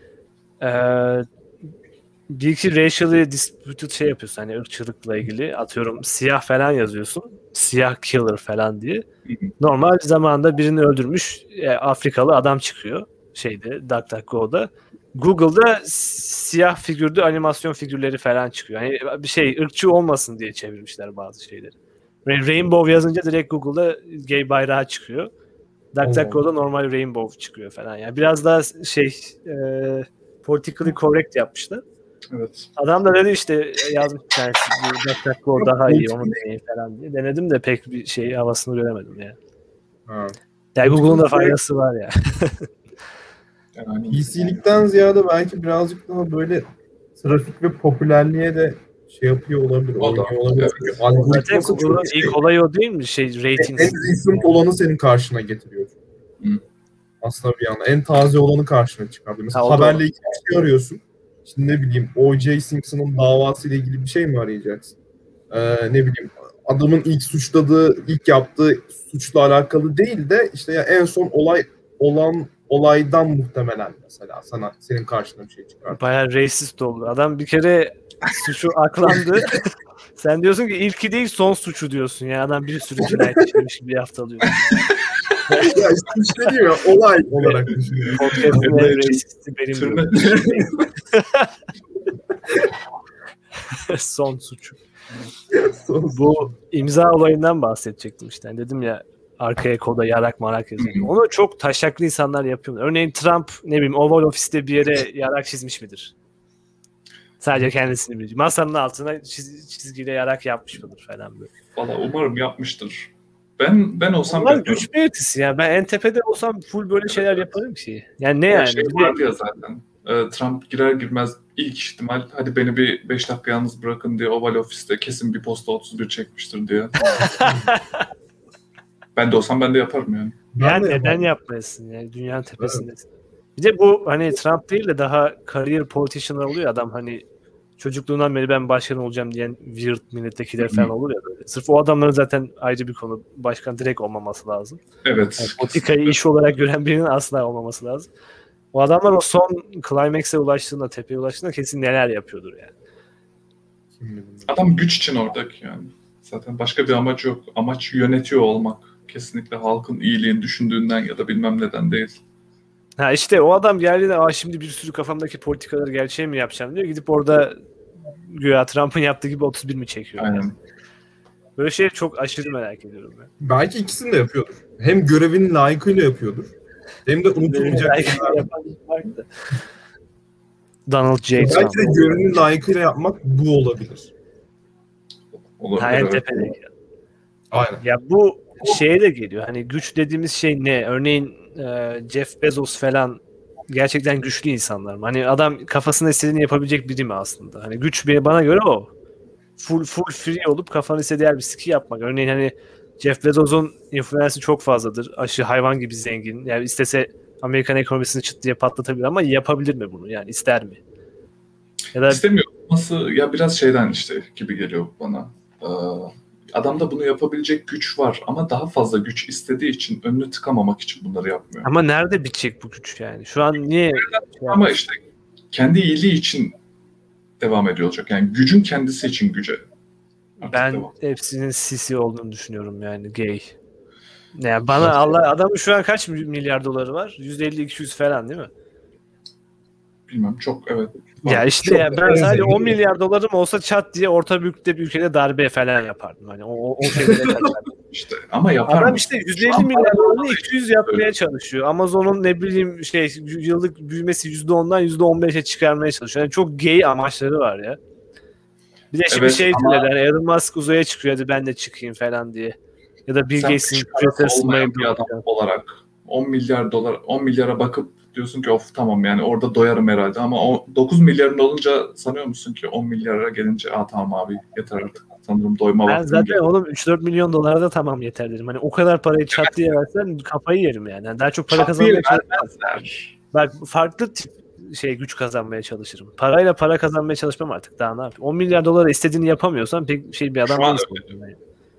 bir iki racially disputed şey yapıyorsun. Hani ırkçılıkla ilgili. Atıyorum siyah falan yazıyorsun. Siyah killer falan diye. Normal zamanda birini öldürmüş Afrikalı adam çıkıyor. Şeyde DuckDuckGo'da. Google'da siyah figürlü animasyon figürleri falan çıkıyor. Yani bir şey ırkçı olmasın diye çevirmişler bazı şeyleri. Rainbow yazınca direkt Google'da gay bayrağı çıkıyor. DuckDuckGo'da normal rainbow çıkıyor falan. Yani biraz daha şey politically correct yapmışlar. Evet. Adam da dedi işte yazmış bir tanesi bu DuckDuckGo daha iyi onu deneyin falan diye. Denedim de pek bir şey havasını göremedim yani. Ha. Yani Google'un da faydası var ya. Yani, PC'likten ziyade belki birazcık daha böyle trafik ve popülerliğe de şey yapıyor olabilir, O da, oynuyor olabilir. evet. Çünkü Zaten algoritması Google'un çok ilk olayı o değil mi? Şey en ratings. recent olanı senin karşına getiriyor. Hı. Aslında bir yana en taze olanı karşına çıkartıyor. Mesela Ha, o da haberle ilgili bir şey arıyorsun. Şimdi ne bileyim O.J. Simpson'ın davasıyla ilgili bir şey mi arayacaksın? Ne bileyim adamın ilk suçladığı, ilk yaptığı suçla alakalı değil de işte ya en son olan olaydan muhtemelen mesela senin karşına bir şey çıkar. bayağı racist oldu. Adam bir kere suçu aklandı. Sen diyorsun ki ilki değil son suçu diyorsun. Yani adam bir sürü cinayet işlemiş gibi haftalıyorsun. Ya suç dediğim ya olay olarak düşünüyorum. Podcast'ın en racisti benim diyorum. Son suçu. Bu imza olayından bahsedecektim işte. Yani dedim ya arkaya koda yarak marak yazıyor. Onu çok taşaklı insanlar yapıyorlar. Örneğin Trump ne bileyim Oval Office'te bir yere yarak çizmiş midir? Sadece kendisini biliyor. Masanın altına çizgiyle yarak yapmış mıdır falan böyle. Valla umarım yapmıştır. Ben olsam Onlar yaparım. güç belirtisi ya. Ben en tepede olsam full böyle şeyler yaparım ki. Yani ne O yani? şey Bir de- vardı ya zaten. Trump girer girmez ilk ihtimal hadi beni bir 5 dakika yalnız bırakın diye Oval Office'te kesin bir posta 31 çekmiştir diye. Ben de olsam ben de yaparım yani. Yani Ben de neden yaparım. yapmayasın yani dünyanın tepesindesin. Bir de bu hani Trump değil de daha career politicianlar oluyor adam hani çocukluğundan beri ben başkan olacağım diyen weird milletvekiller falan olur ya böyle. Sırf o adamların zaten ayrı bir konu. Başkan direkt olmaması lazım. Evet. Yani politikayı iş olarak gören birinin asla olmaması lazım. O adamlar o son climax'e ulaştığında, tepeye ulaştığında kesin neler yapıyordur yani. Kim bilir. Adam güç için oradaki yani. Zaten başka bir amaç yok. Amaç yönetiyor olmak. Kesinlikle halkın iyiliğini düşündüğünden ya da bilmem neden değil. Ha işte o adam geldiğinde şimdi bir sürü kafamdaki politikaları gerçeğe mi yapacağım diyor. Gidip orada güya Trump'ın yaptığı gibi 31 mi çekiyor? Aynen. Yani. Böyle şey çok aşırı merak ediyorum ben. Belki ikisini de yapıyordur. Hem görevini layıkıyla yapıyordur. Hem de unutulmayacak Belki şeyler. yapan var da. Donald J. Trump. Belki de görevini layıkıyla yapmak bu olabilir. olabilir. En Evet. tepedeki. Aynen. Ya bu şeye de geliyor. Hani güç dediğimiz şey ne? Örneğin Jeff Bezos falan gerçekten güçlü insanlar mı? Hani adam kafasında istediğini yapabilecek biri mi aslında? Hani güç bana göre o. Full free olup kafanı istediği her bir siki yapmak. Örneğin hani Jeff Bezos'un influence'ı çok fazladır. Aşı hayvan gibi zengin. Yani istese Amerikan ekonomisini çıt diye patlatabilir ama yapabilir mi bunu? Yani ister mi? Ya da İstemiyor olması ya biraz şeyden işte gibi geliyor bana. Ee, Adamda bunu yapabilecek güç var ama daha fazla güç istediği için önünü tıkamamak için bunları yapmıyor. ama nerede bitecek bu güç yani? Şu an niye Ama işte kendi iyiliği için devam ediyor olacak. Yani gücün kendisi için güce. Artık ben devam. hepsinin sisi olduğunu düşünüyorum yani gay. Yani bana Allah adamın şu an kaç milyar doları var? 150-200 falan değil mi? Bilmem çok evet. Ya işte Çok ya ben en sadece zengin 10 milyar dolarım olsa çat diye orta büyüklükte bir ülkede darbe falan yapardım. Hani o şeylere kaçardım. İşte ama yapar Adam mı? işte Şu 150 an milyar para dolarını 200 yapmaya öyle. çalışıyor. Amazon'un ne bileyim yıllık büyümesi %10'dan %15'e çıkarmaya çalışıyor. Yani çok gay amaçları var ya. Bir de şimdi Evet ama söyledi hani Elon Musk uzaya çıkıyor hadi ben de çıkayım falan diye. Ya da Bill sen Gates'in hiç parası küresel ısınmayı olmayan bir adam olarak 10 milyar dolar 10 milyara bakıp diyorsun ki of tamam yani orada doyarım herhalde ama o 9 milyarın olunca sanıyor musun ki 10 milyara gelince tamam abi yeter artık sanırım doyma Ben vaktim zaten geldi. oğlum 3-4 milyon dolara da tamam yeter dedim. Hani o kadar parayı çat diye versen kafayı yerim yani. Yani daha çok para Çat diye kazanmaya çalışmam. vermezler. Bak farklı tip güç kazanmaya çalışırım. Parayla para kazanmaya çalışmam artık. Daha ne yapayım? 10 milyar dolara istediğini yapamıyorsan pek bir Şu adam an değilsin. öyle. Yani.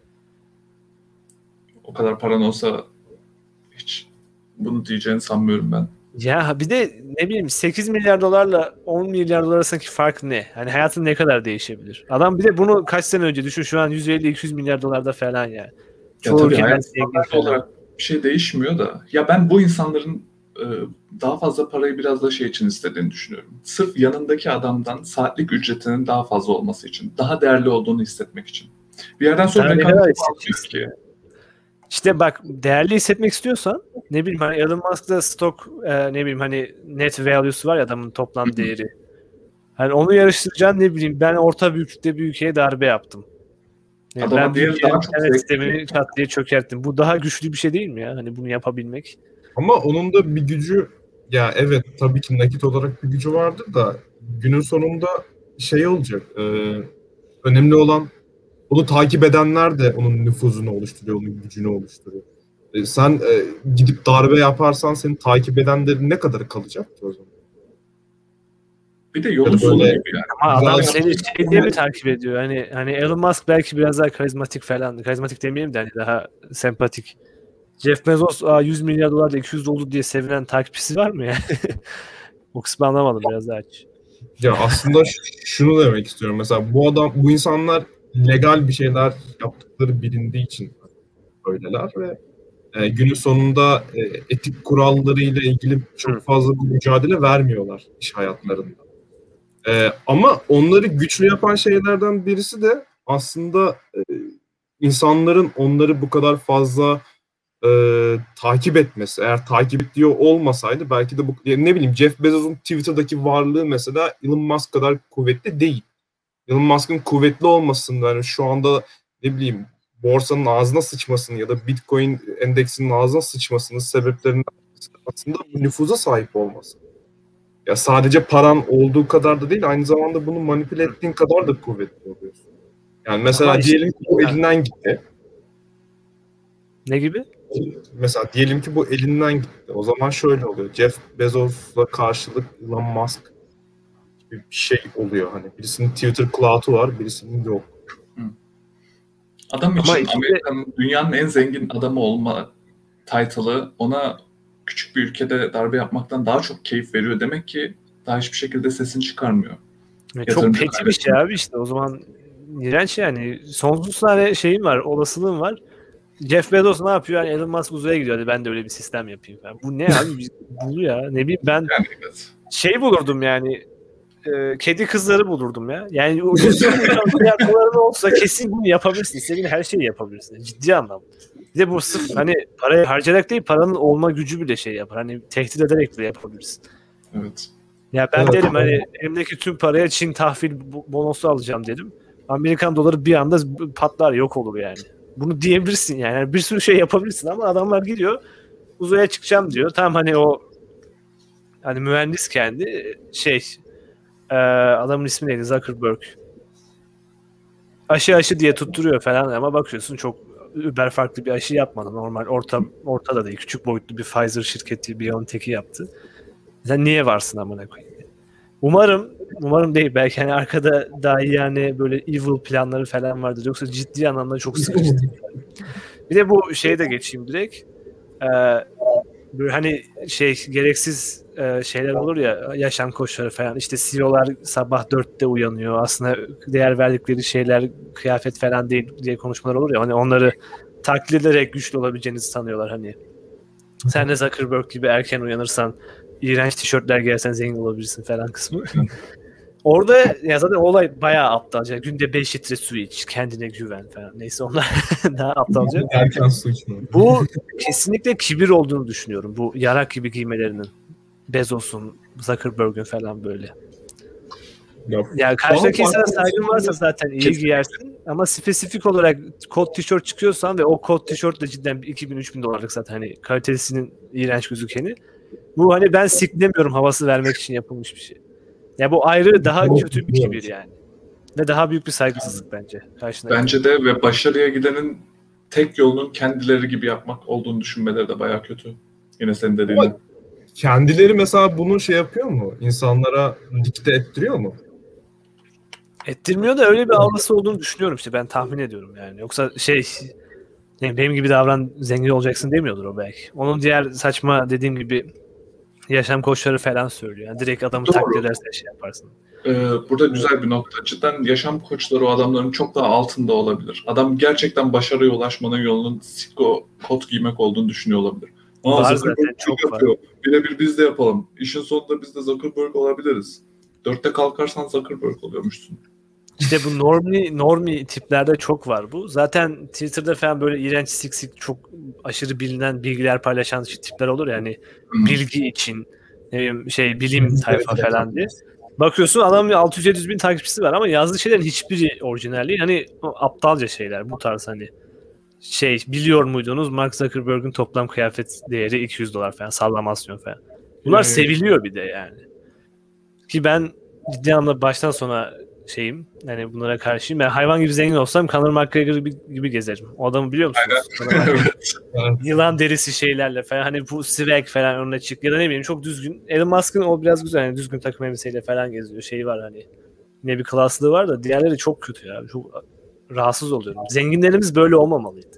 O kadar paran olsa hiç bunu diyeceğini sanmıyorum ben. Ya bir de ne bileyim 8 milyar dolarla 10 milyar dolar arasındaki fark ne? Hani hayatın ne kadar değişebilir? Adam bir de bunu kaç sene önce düşün şu an 150-200 milyar dolarda falan ya. Ya Çoğu tabii ülkeden hayat zengin standartı falan. olarak bir şey değişmiyor da. Ya ben bu insanların e, daha fazla parayı biraz da şey için istediğini düşünüyorum. Sırf yanındaki adamdan saatlik ücretinin daha fazla olması için. Daha değerli olduğunu hissetmek için. Bir yerden sonra Daha ne kadar mekanizma almıyor hissedeceksin? ki. İşte bak değerli hissetmek istiyorsan ne bileyim hani Elon Musk'da stok ne bileyim hani net value'su var ya adamın toplam değeri. Hani onu yarıştıracaksın ne bileyim ben orta büyüklükte bir ülkeye darbe yaptım. Yani Adama ben bir diğeri ülkenin daha çok internet zevkli geliyor. sistemini çat diye çökerttim. Bu daha güçlü bir şey değil mi ya? Hani bunu yapabilmek. Ama onun da bir gücü, ya evet tabii ki nakit olarak bir gücü vardır da günün sonunda şey olacak. Önemli olan onu takip edenler de onun nüfuzunu oluşturuyor, onun gücünü oluşturuyor. Sen gidip darbe yaparsan seni takip edenlerin ne kadarı kalacak ki o zaman? Bir de Ya yolun da sonu böyle gibi yani. Ama güzel adam Darbe seni yapmak şey diye mi takip ediyor? Hani Elon Musk belki biraz daha karizmatik falan. Karizmatik demeyelim de hani daha sempatik. Jeff Bezos 100 milyar dolar da 200 oldu diye sevinen takipçisi var mı ya? O kısmı anlamadım biraz daha aç. Ya aslında şunu demek istiyorum. Mesela bu insanlar legal bir şeyler yaptıkları bilindiği için böyleler ve günün sonunda etik kurallarıyla ilgili Hı. çok fazla bir mücadele vermiyorlar iş hayatlarında. Ama onları güçlü yapan şeylerden birisi de aslında insanların onları bu kadar fazla takip etmesi. Eğer takip ediyor olmasaydı belki de ne bileyim Jeff Bezos'un Twitter'daki varlığı mesela Elon Musk kadar kuvvetli değil. Elon Musk'ın kuvvetli olmasında yani şu anda ne bileyim borsanın ağzına sıçmasını ya da Bitcoin endeksinin ağzına sıçmasının sebeplerinden birisi aslında bu nüfuza sahip olması. Ya sadece paran olduğu kadar da değil, aynı zamanda bunu manipüle ettiğin kadar da kuvvetli oluyorsun. Yani Ama mesela işte diyelim ki bu elinden gitti. ne gibi? Mesela diyelim ki bu elinden gitti. O zaman şöyle oluyor. Jeff Bezos'la karşılık Elon Musk gibi bir şey oluyor. Hani birisinin Twitter cloud'u var, birisinin yok. Adam Ama için işte Amerika'nın dünyanın en zengin adamı olma title'ı ona küçük bir ülkede darbe yapmaktan daha çok keyif veriyor. Demek ki daha hiçbir şekilde sesini çıkarmıyor. çok Yatırımcı peti bir şey kaybetmiyor. abi işte. O zaman iğrenç yani. Sonsuz tane şeyim var, olasılığım var. Jeff Bezos ne yapıyor? Yani Elon Musk uzaya gidiyor. Hadi ben de öyle bir sistem yapayım falan. Bu ne abi? Bu ya. Ne bileyim ben Yani evet. şey bulurdum yani. Kedi kızları bulurdum ya. Yani o 120 milyar doların olsa kesin bunu yapabilirsin. İstediğin her şeyi yapabilirsin. Ciddi anlamda. Bir de bu sırf hani parayı harcayarak değil paranın olma gücü bile şey yapar. Hani tehdit ederek bile yapabilirsin. Evet. Ya ben Evet. derim hani elimdeki tüm paraya Çin tahvil bonosu alacağım dedim. Amerikan doları bir anda patlar, yok olur yani. Bunu diyebilirsin yani. Yani bir sürü şey yapabilirsin ama adamlar gidiyor uzaya çıkacağım diyor. Tam hani o hani mühendis kendi adamın ismi neydi? Zuckerberg. Aşı diye tutturuyor falan ama bakıyorsun çok über farklı bir aşı yapmadı. Normal ortada değil. Küçük boyutlu bir Pfizer şirketi BioNTech'i yaptı. Sen niye varsın amına koyayım? Umarım değil. Belki hani arkada dahi yani böyle evil planları falan vardır. Yoksa ciddi anlamda çok sıkıcı. Bir de bu şeye de geçeyim direkt. Böyle hani gereksiz şeyler olur ya, yaşam koçları falan. İşte CEO'lar sabah 4'te uyanıyor. Aslında değer verdikleri şeyler kıyafet falan değil diye konuşmalar olur ya. Hani onları taklit ederek güçlü olabileceğinizi sanıyorlar hani. Sen de Zuckerberg gibi erken uyanırsan, iğrenç tişörtler giyersen zengin olabilirsin falan kısmı. Orada ya zaten olay bayağı aptalca. Günde 5 litre su iç, kendine güven falan. Neyse onlar daha aptalca. Erken su içme. Bu kesinlikle kibir olduğunu düşünüyorum. Bu yarak gibi giymelerinin. Bezos'un, Zuckerberg'ün falan böyle. Yani karşıdaki insana saygın varsa zaten iyi giyersin ama spesifik olarak kot tişört çıkıyorsan ve o kot tişört de cidden 2000-3000 dolarlık zaten hani kalitesinin iğrenç gözükeni. Bu hani ben siklemiyorum havası vermek için yapılmış bir şey. Ya bu ayrı daha kötü bir kibir yani. Ve daha büyük bir saygısızlık bence. Bence de ve başarıya gidenin tek yolunun kendileri gibi yapmak olduğunu düşünmeleri de bayağı kötü. Yine senin dediğin. Ama kendileri mesela bunu yapıyor mu? İnsanlara dikte ettiriyor mu? Ettirmiyor da öyle bir aurası olduğunu düşünüyorum işte. Ben tahmin ediyorum yani. Yoksa benim gibi davran, zengin olacaksın demiyordur o belki. Onun diğer saçma dediğim gibi yaşam koçları falan söylüyor. Yani direkt adamı taklit edersen yaparsın. Burada güzel bir nokta. Cidden yaşam koçları o adamların çok daha altında olabilir. Adam gerçekten başarıya ulaşmanın yolunun sitko kot giymek olduğunu düşünüyor olabilir. Var zaten, çok yapıyor. Var. Birebir biz de yapalım. İşin sonunda biz de Zuckerberg olabiliriz. 4'te kalkarsan Zuckerberg oluyormuşsun. İşte bu normi tiplerde çok var bu. Zaten Twitter'da falan böyle iğrenç siksik çok aşırı bilinen bilgiler paylaşan tipler olur yani bilgi için bilim tayfa falan diye. Bakıyorsun adamın 600-700 bin takipçisi var ama yazdığı şeylerin hiçbiri orijinal değil. Hani aptalca şeyler bu tarz hani biliyor muydunuz Mark Zuckerberg'ün toplam kıyafet değeri 200 dolar falan, sallamasyon falan. Bunlar seviliyor bir de yani. Ki ben ciddi anlamda baştan sona yani bunlara karşıyım. Ben hayvan gibi zengin olsam Conor McGregor gibi gezerim. O adamı biliyor musunuz? Yılan derisi şeylerle falan hani bu swag falan önüne çık ya da ne bileyim çok düzgün. Elon Musk'ın o biraz güzel hani düzgün takım elbiseyle falan geziyor. Var hani yine bir klaslığı var da diğerleri çok kötü ya. Çok rahatsız oluyorum. Zenginlerimiz böyle olmamalıydı.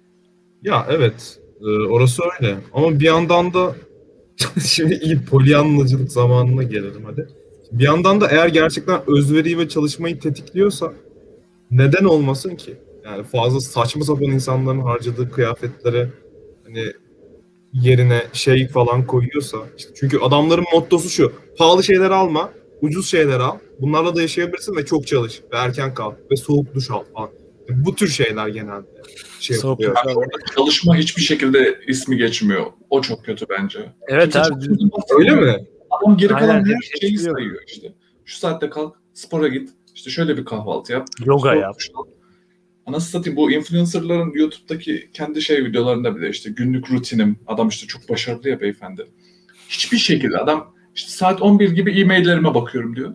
Ya evet. Orası öyle. Ama bir yandan da şimdi iyi polyanlacılık zamanına gelelim hadi. Bir yandan da eğer gerçekten özveriyi ve çalışmayı tetikliyorsa neden olmasın ki? Yani fazla saçma sapan insanların harcadığı kıyafetlere hani yerine falan koyuyorsa işte çünkü adamların mottosu şu: pahalı şeyler alma, ucuz şeyler al. Bunlarla da yaşayabilirsin ve çok çalış ve erken kalk ve soğuk duş al falan. Bu tür şeyler genelde yapılıyor. Çalışma hiçbir şekilde ismi geçmiyor. O çok kötü bence. Evet abi. Öyle mi? Adam geri kalan her şeyi sayıyor işte. Şu saatte kalk, spora git, işte şöyle bir kahvaltı yap. Yoga yap. Anasını satayım, bu influencerların YouTube'daki kendi videolarında bile işte günlük rutinim. Adam işte çok başarılı ya beyefendi. Hiçbir şekilde adam işte saat 11 gibi e-maillerime bakıyorum diyor.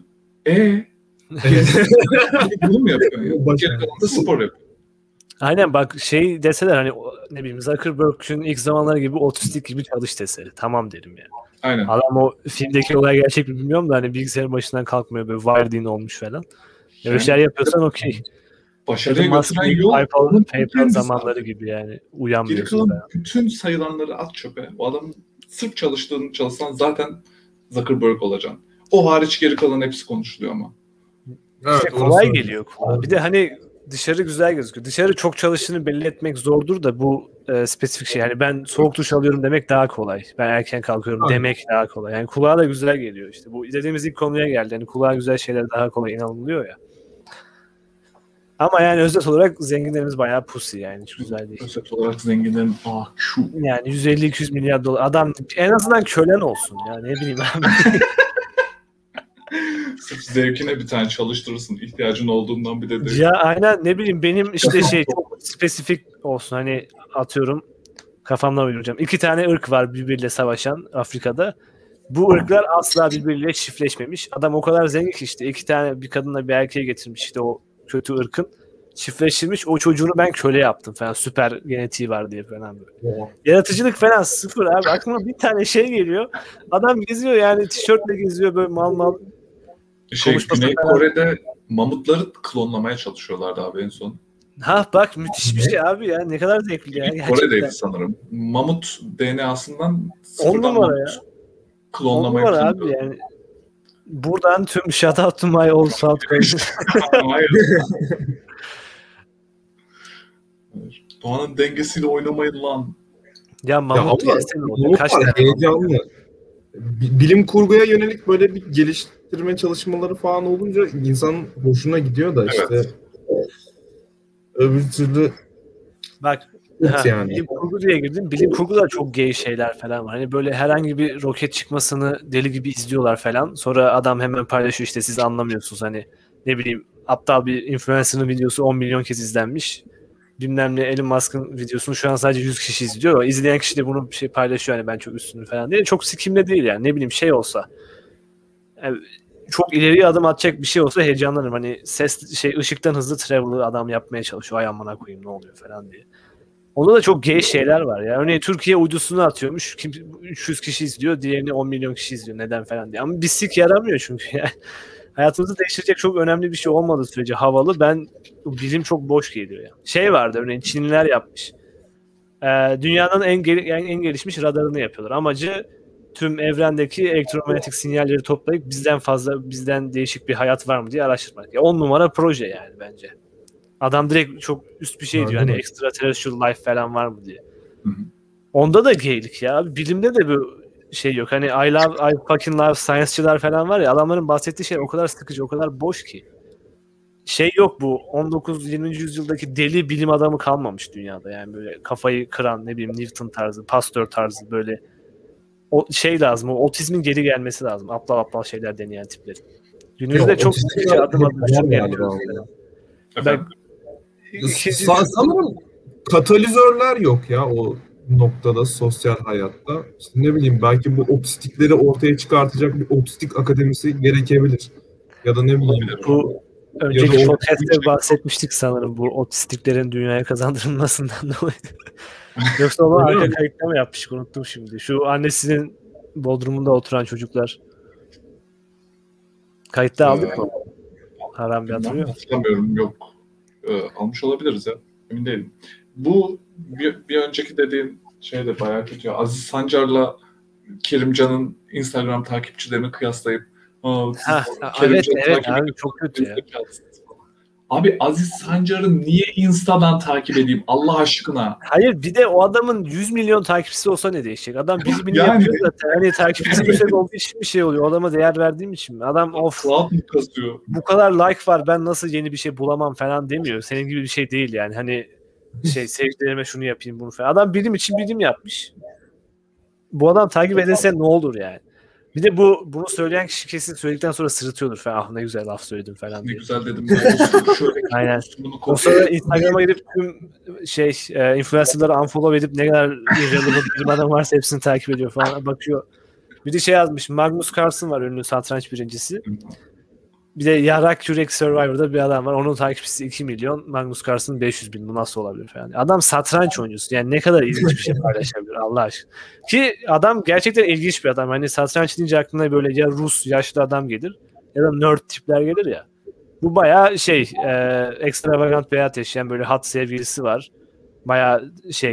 Bunu mu yapıyor ya? Geri kalan da spor yapıyor. Aynen bak deseler hani ne bileyim Zuckerberg'ün ilk zamanları gibi otistik gibi çalış deseler. Tamam derim yani. Aynen. Adam o filmdeki olay gerçek mi bilmiyorum da hani bilgisayarın başından kalkmıyor böyle Wired'in olmuş falan. Öyle şeyler yapıyorsan okey. Başarıya götüren yol PayPal zamanları gibi yani uyanmıyorsun. Geri kalan bütün sayılanları at çöpe. O adamın sırf çalışsan zaten Zuckerberg olacaksın. O hariç geri kalan hepsi konuşuluyor ama. Evet, kolay geliyor kulağa. Bir de hani dışarı güzel gözüküyor. Dışarı çok çalıştığını belli etmek zordur da bu spesifik şey. Yani ben soğuk duş alıyorum demek daha kolay. Ben erken kalkıyorum demek daha kolay. Yani kulağa da güzel geliyor işte. Bu izlediğimiz ilk konuya geldi. Yani kulağa güzel şeyler daha kolay inanılıyor ya. Ama yani özet olarak zenginlerimiz bayağı pussy yani. Hiç güzel değil. Özet olarak zenginlerin yani 150-200 milyar dolar. Adam en azından kölen olsun ya. Ne bileyim abi. Sırf zevkine bir tane çalıştırırsın. İhtiyacın olduğundan bir de Ya aynen, ne bileyim, benim işte çok spesifik olsun, hani atıyorum kafamdan uyduracağım. 2 tane ırk var birbiriyle savaşan Afrika'da. Bu ırklar asla birbiriyle çiftleşmemiş. Adam o kadar zengin ki işte 2 tane, bir kadınla bir erkeği getirmiş, işte o kötü ırkın. Çiftleştirmiş. O çocuğunu ben köle yaptım falan. Süper genetiği var diye falan böyle. Yaratıcılık falan sıfır abi. Aklıma bir tane şey geliyor. Adam geziyor yani, tişörtle geziyor böyle mal. Güney Kore'de mamutları klonlamaya çalışıyorlardı abi en son. Ha bak, müthiş bir şey abi ya. Ne kadar zevkli ya. Gerçekten. Kore'deydi sanırım. Mamut DNA'sından 10 numara ya. klonlamayı abi yani. Buradan tüm shout out to my old South Korea. Hayır. Doğanın dengesiyle oynamayın lan. Ya mamut kaç tane heyecanlı. Bilim kurguya yönelik böyle bir geliştirme çalışmaları falan olunca insanın hoşuna gidiyor da işte öbür türlü bak yani. Bilim kurgu diye girdim. Bilim kurguda çok gay şeyler falan var. Hani böyle herhangi bir roket çıkmasını deli gibi izliyorlar falan. Sonra adam hemen paylaşıyor, işte siz anlamıyorsunuz, hani ne bileyim, aptal bir influencer'ın videosu 10 milyon kez izlenmiş. Bilmem ne, Elon Musk'ın videosunu şu an sadece 100 kişi izliyor. İzleyen kişi de bunu paylaşıyor, hani ben çok üstünüm falan diye. Çok sikimde değil yani. Ne bileyim, şey olsa, yani çok ileriye adım atacak bir şey olsa heyecanlanırım. Hani ışıktan hızlı travel'ı adam yapmaya çalışıyor. Ay amına koyayım ne oluyor falan diye. Onda da çok gay şeyler var ya. Örneğin Türkiye uydusunu atıyormuş. 300 kişi izliyor. Diğerini 10 milyon kişi izliyor. Neden falan diye. Ama bir sik yaramıyor çünkü yani. Hayatımızı değiştirecek çok önemli bir şey olmadığı sürece havalı. Bilim çok boş geliyor ya. Şey vardı örneğin, Çinliler yapmış. Dünyanın en gelişmiş radarını yapıyorlar. Amacı tüm evrendeki elektromanyetik sinyalleri toplayıp bizden değişik bir hayat var mı diye araştırmak. 10 numara proje yani bence. Adam direkt çok üst bir şey diyor. Hani extraterrestrial life falan var mı diye. Hı-hı. Onda da gaylik ya. Bilimde de bir şey yok. Hani I fucking love science'çılar falan var ya, adamların bahsettiği şey o kadar sıkıcı, o kadar boş ki. Şey yok, bu 19-20. yüzyıldaki deli bilim adamı kalmamış dünyada. Yani böyle kafayı kıran, ne bileyim, Newton tarzı, Pasteur tarzı, böyle o şey lazım. O otizmin geri gelmesi lazım. Aptal şeyler deneyen tipleri. Günümüzde çok sıkıcı adım sanırım katalizörler yok ya o noktada, sosyal hayatta. İşte ne bileyim, belki bu otistikleri ortaya çıkartacak bir otistik akademisi gerekebilir. Ya da ne bileyim. Bu önceki podcast'te bahsetmiştik sanırım, bu otistiklerin dünyaya kazandırılmasından dolayı. Yoksa onu arka kayıtta mı yapmıştık, unuttum şimdi. Şu annesinin bodrumunda oturan çocuklar. Kayıtta aldık mı? Haram bir hatırlıyor musun? Hatırlamıyorum, yok. Almış olabiliriz ya. Emin değilim. Bu bir önceki dediğim şey de bayağı kötü. Aziz Sancar'la Kerimcan'ın Instagram takipçilerini kıyaslayıp evet abi, çok kötü ya. Abi Aziz Sancar'ı niye Insta'dan takip edeyim Allah aşkına? Hayır, bir de o adamın 100 milyon takipçisi olsa ne değişecek? Adam bilimini yapıyor zaten. Hani takipçisi yüksek olduğu için bir şey oluyor. O adama değer verdiğim için mi? Adam bu kadar like var, ben nasıl yeni bir şey bulamam falan demiyor. Senin gibi bir şey değil yani. Hani sevgilerime şunu yapayım bunu falan. Adam bilim için bilim yapmış. Bu adam takip edilse ne olur yani? Bir de bunu söyleyen kişi kesin söyledikten sonra sırıtıyordur falan. Ah ne güzel laf söyledim falan diye. Ne güzel dedim. Aynen. O sırada Instagram'a gidip tüm influencer'ları unfollow edip ne kadar irrelevant bir adam varsa hepsini takip ediyor falan, bakıyor. Bir de şey yazmış. Magnus Carlsen var, ünlü satranç birincisi. Bir de Yarrak Yürek Survivor'da bir adam var. Onun takipçisi 2 milyon. Magnus Carlsen 500 bin. Bu nasıl olabilir falan. Adam satranç oyuncusu. Yani ne kadar ilginç bir şey paylaşabilir Allah aşkına. Ki adam gerçekten ilginç bir adam. Hani satranç deyince aklına böyle ya Rus yaşlı adam gelir ya da nerd tipler gelir ya. Bu bayağı ekstravagant bir hayat yaşayan, böyle hot sevgilisi var. Bayağı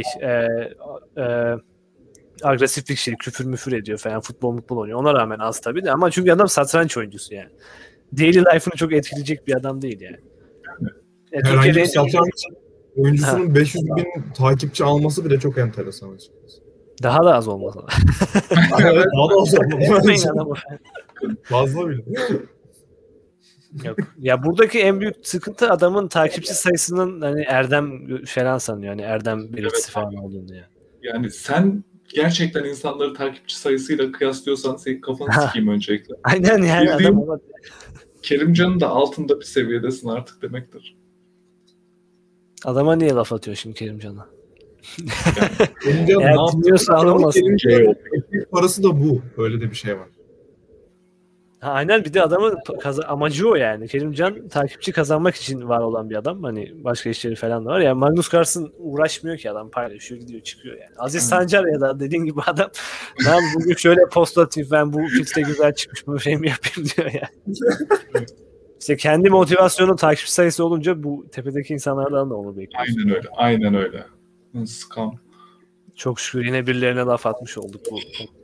agresif bir şey, küfür müfür ediyor falan, futbol oynuyor. Ona rağmen az tabii de, ama çünkü adam satranç oyuncusu yani. Daily life'ını çok etkileyecek bir adam değil yani. Herhangi bir satranç oyuncusunun 500 bin takipçi alması bile çok enteresan açıkçası. Daha da az olmaz. Evet, daha da az olmaz. Fazla bile. Yok. Ya buradaki en büyük sıkıntı adamın takipçi sayısının hani erdem falan sanıyor. Yani erdem belirtisi falan olduğunu ya. Yani sen gerçekten insanları takipçi sayısıyla kıyaslıyorsan senin kafanı sikeyim öncelikle. Aynen yani Bildiğin adam. Kerimcan'ın da altında bir seviyedesin artık demektir. Adama niye laf atıyor şimdi Kerimcan'a? Kerimcan Eğer ne yaptı? dinliyorsa alınmasın. Kerimcan'ın ekmek parası da bu. Öyle de bir şey var. Ha, aynen bir de adamın amacı o yani. Kerimcan takipçi kazanmak için var olan bir adam. Hani başka işleri falan da var. Yani Magnus Carlsen uğraşmıyor ki, adam paylaşıyor gidiyor çıkıyor yani. Aziz Sancar ya da dediğin gibi adam ben bugün şöyle post atayım, ben bu filtre güzel çıkmış bu şey mi yapayım diyor yani. İşte kendi motivasyonu takipçi sayısı olunca bu tepedeki insanlardan da onu bekliyorsun. Aynen öyle. Aynen öyle. Scam. Çok şükür yine birilerine laf atmış olduk bu.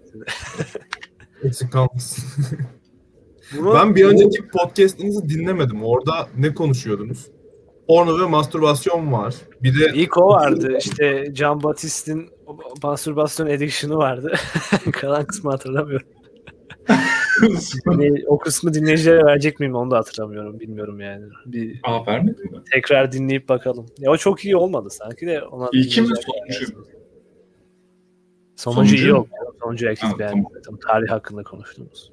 Eksik kalmasın. Ben bir önceki podcast'inizi dinlemedim. Orada ne konuşuyordunuz? Porno ve mastürbasyon var. Bir de İlk o vardı. İşte John Batist'in mastürbasyon addiction'ı vardı. Kalan kısmı hatırlamıyorum. Yani o kısmı dinleyicilere verecek miyim onu da hatırlamıyorum. Bilmiyorum yani. Bir Vermedin mi? tekrar dinleyip bakalım. Ya o çok iyi olmadı sanki de. Ona İlki mi sonuncu mu? Sonuncu iyi oldu. Sonuncu eksik Ha, beğendim. Tamam. Tarih hakkında konuştuğumuz.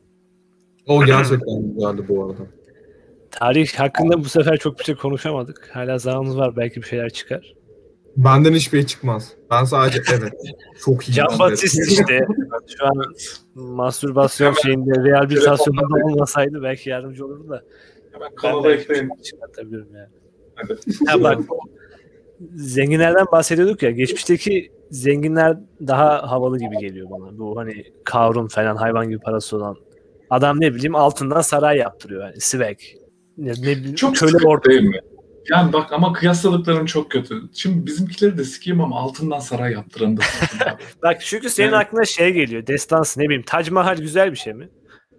o gerçekten güzeldi bu arada. Tarih hakkında bu sefer çok bir şey konuşamadık. Hala zamanımız var. Belki bir şeyler çıkar. Benden hiçbir şey çıkmaz. Ben sadece evet. Çok iyi. John Batist işte. Şu an mastürbasyon şeyinde rehabilitasyonunda olmasaydı belki yardımcı olurdu da. Hemen kanala ekleyin. Çıkartabilirim yani. Hadi. Ha bak, zenginlerden bahsediyorduk ya. Geçmişteki zenginler daha havalı gibi geliyor bana. Bu hani Karun falan, hayvan gibi parası olan adam, ne bileyim altından saray yaptırıyor yani. Swag. Ne bileyim, Çok köle sıkıntı orta. değil mi? Yani bak ama kıyasladıkların çok kötü. Şimdi bizimkileri de sikeyim ama altından saray yaptıranı da sikeyim abi. Bak çünkü senin Evet. aklına şey geliyor. Destansı, ne bileyim, Tac Mahal güzel bir şey mi?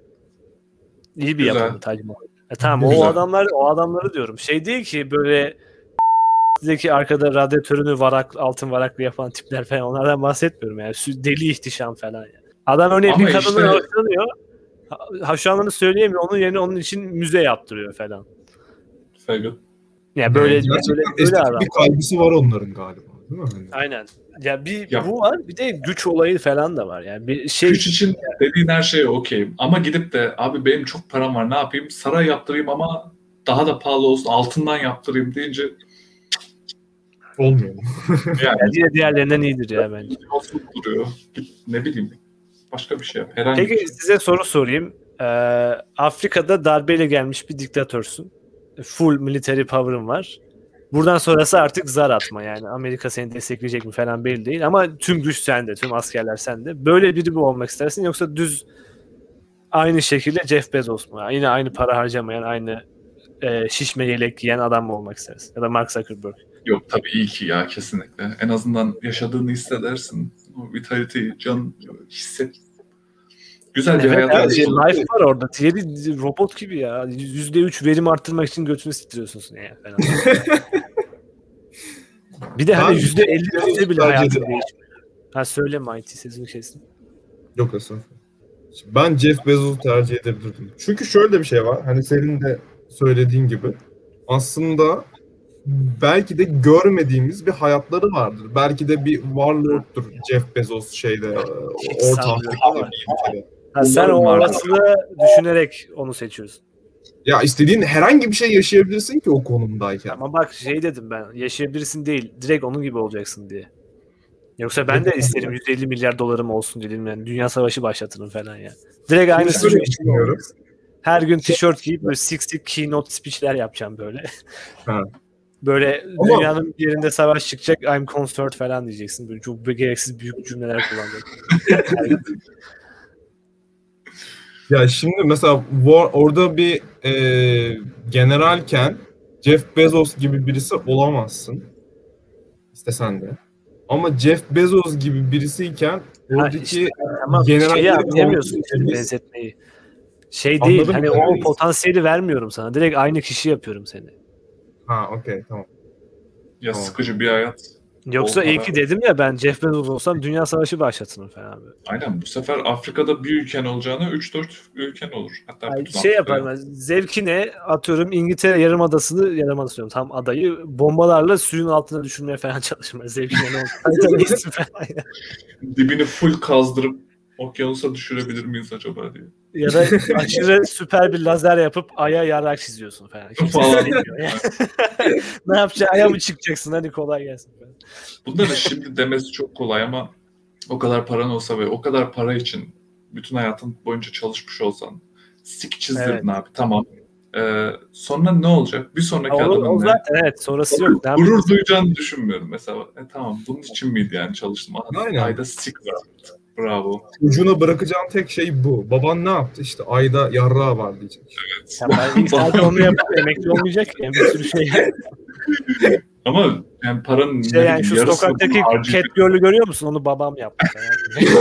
İyi bir Güzel. yapım Tac Mahal. Tamam Güzel. o adamları diyorum. Şey değil ki böyle deki arkada radyatörünü altın varaklı yapan tipler falan, onlardan bahsetmiyorum yani. Deli ihtişam falan yani. Adam örneğin Ama bir kadından işte- hoşlanıyor. Hoşlandığını söyleyemiyor. Onun yerine onun için müze yaptırıyor falan. Saygı. Yani böyle Gerçekten böyle estetik adam. bir kaygısı var onların galiba. Değil mi? Hani Aynen. Ya bir Ya. bu var, bir de güç olayı falan da var. Yani bir şey Güç için dediğin her şeye okeyim. Ama gidip de abi benim çok param var ne yapayım? Saray yaptırayım ama daha da pahalı olsun altından yaptırayım deyince olmuyor mu? yani diğerlerinden iyidir ya bence. yolsuzluk duruyor. Ne bileyim başka bir şey yap. Herhangi Peki bir şey. size soru sorayım. Afrika'da darbeyle gelmiş bir diktatörsün. Full military power'ın var. Buradan sonrası artık zar atma yani. Amerika seni destekleyecek mi falan belli değil. Ama tüm güç sende, tüm askerler sende. Böyle biri mi olmak istersin, yoksa düz aynı şekilde Jeff Bezos mu? Yine aynı para harcamayan, aynı şişme yelek giyen adam mı olmak istersin? Ya da Mark Zuckerberg. Yok tabii iyi ki ya kesinlikle. En azından yaşadığını hissedersin. O vitality, can hisset. Güzel bir Evet hayat abi, yaşıyorsun. life var orada. Diğeri robot gibi ya. %3 verim arttırmak için götünü stiriyorsun yani falan. Bir de hani Ben- %50'de bile Tercih hayatın ederim. değişmiyor. Ha söyle Mighty, sesini kestim. Yok estağfurullah. Ben Jeff Bezos'u tercih edebilirdim. Çünkü şöyle bir şey var. Hani senin de söylediğin gibi. Aslında belki de görmediğimiz bir hayatları vardır. Belki de bir warlord'tur Jeff Bezos Orta sanmıyorum Afrika'da ama. bir ülkede. Ha, sen Umarım o vardır. olasılığı düşünerek onu seçiyorsun. Ya istediğin herhangi bir şey yaşayabilirsin ki o konumdayken. Ama bak şey dedim ben, yaşayabilirsin değil, direkt onun gibi olacaksın diye. Yoksa ben de isterim 150 milyar dolarım olsun dedim yani. Dünya savaşı başlatırım falan ya. Direkt aynısı şöyle şu işte düşünüyorum. olacaksın. Her gün tişört giyip böyle 60 keynote speech'ler yapacağım böyle. Ha. Böyle Ama- dünyanın bir yerinde savaş çıkacak, I'm concerned falan diyeceksin. Böyle çok gereksiz büyük cümleler kullanacaksın. Ya şimdi mesela orada bir generalken Jeff Bezos gibi birisi olamazsın. İstesen de. Ama Jeff Bezos gibi birisiyken oradaki işte, ama generalleri şeyi anlayamıyorsun kontrol benzetmeyi. Şey değil, Anladım hani ben. o potansiyeli vermiyorum sana. Direkt aynı kişi yapıyorum seni. Ha okey tamam. Ya Tamam. sıkıcı bir hayat Yoksa O iyi para- ki dedim ya, ben Jeff Bezos olsam dünya savaşı başlatırım falan böyle. Aynen, bu sefer Afrika'da bir ülken olacağına 3-4 ülken olur. Hatta Yani bütün şey Afrika'ya. yaparım. Zevkine atıyorum İngiltere yarımadasını diyorum, tam adayı bombalarla suyun altına düşürmeye falan çalışırım. Zevkine ne olur. Falan ya. Dibini full kazdırıp okyanusa düşürebilir miyiz acaba diye. Ya da aşırı süper bir lazer yapıp aya yarak çiziyorsun falan. Kimse Falan. bilmiyor ya. Ne yapacaksın? Aya mı çıkacaksın? Hadi kolay gelsin falan. Bunları şimdi demesi çok kolay ama o kadar paran olsa ve o kadar para için bütün hayatın boyunca çalışmış olsan, sik çizdirdin Evet. abi, tamam. Sonra ne olacak? Bir sonraki O adımın ne? zaten evet, sonrası yok. Ne Gurur yapacaksın? duyacağını düşünmüyorum mesela. Tamam, bunun için miydi yani çalıştım? Aynen. Ayda sik var. Bravo. Ucuna bırakacağın tek şey bu. Baban ne yaptı? İşte ayda yarrağı var diyecek. Ya ben ilk sadece onu yapıp emekli olmayacak. Yani bir sürü şey. Ama yani paranın İşte yani şu yarısını sokaktaki buna harcayacak. cat girl'ü görüyor musun? Onu babam yaptı. Yani.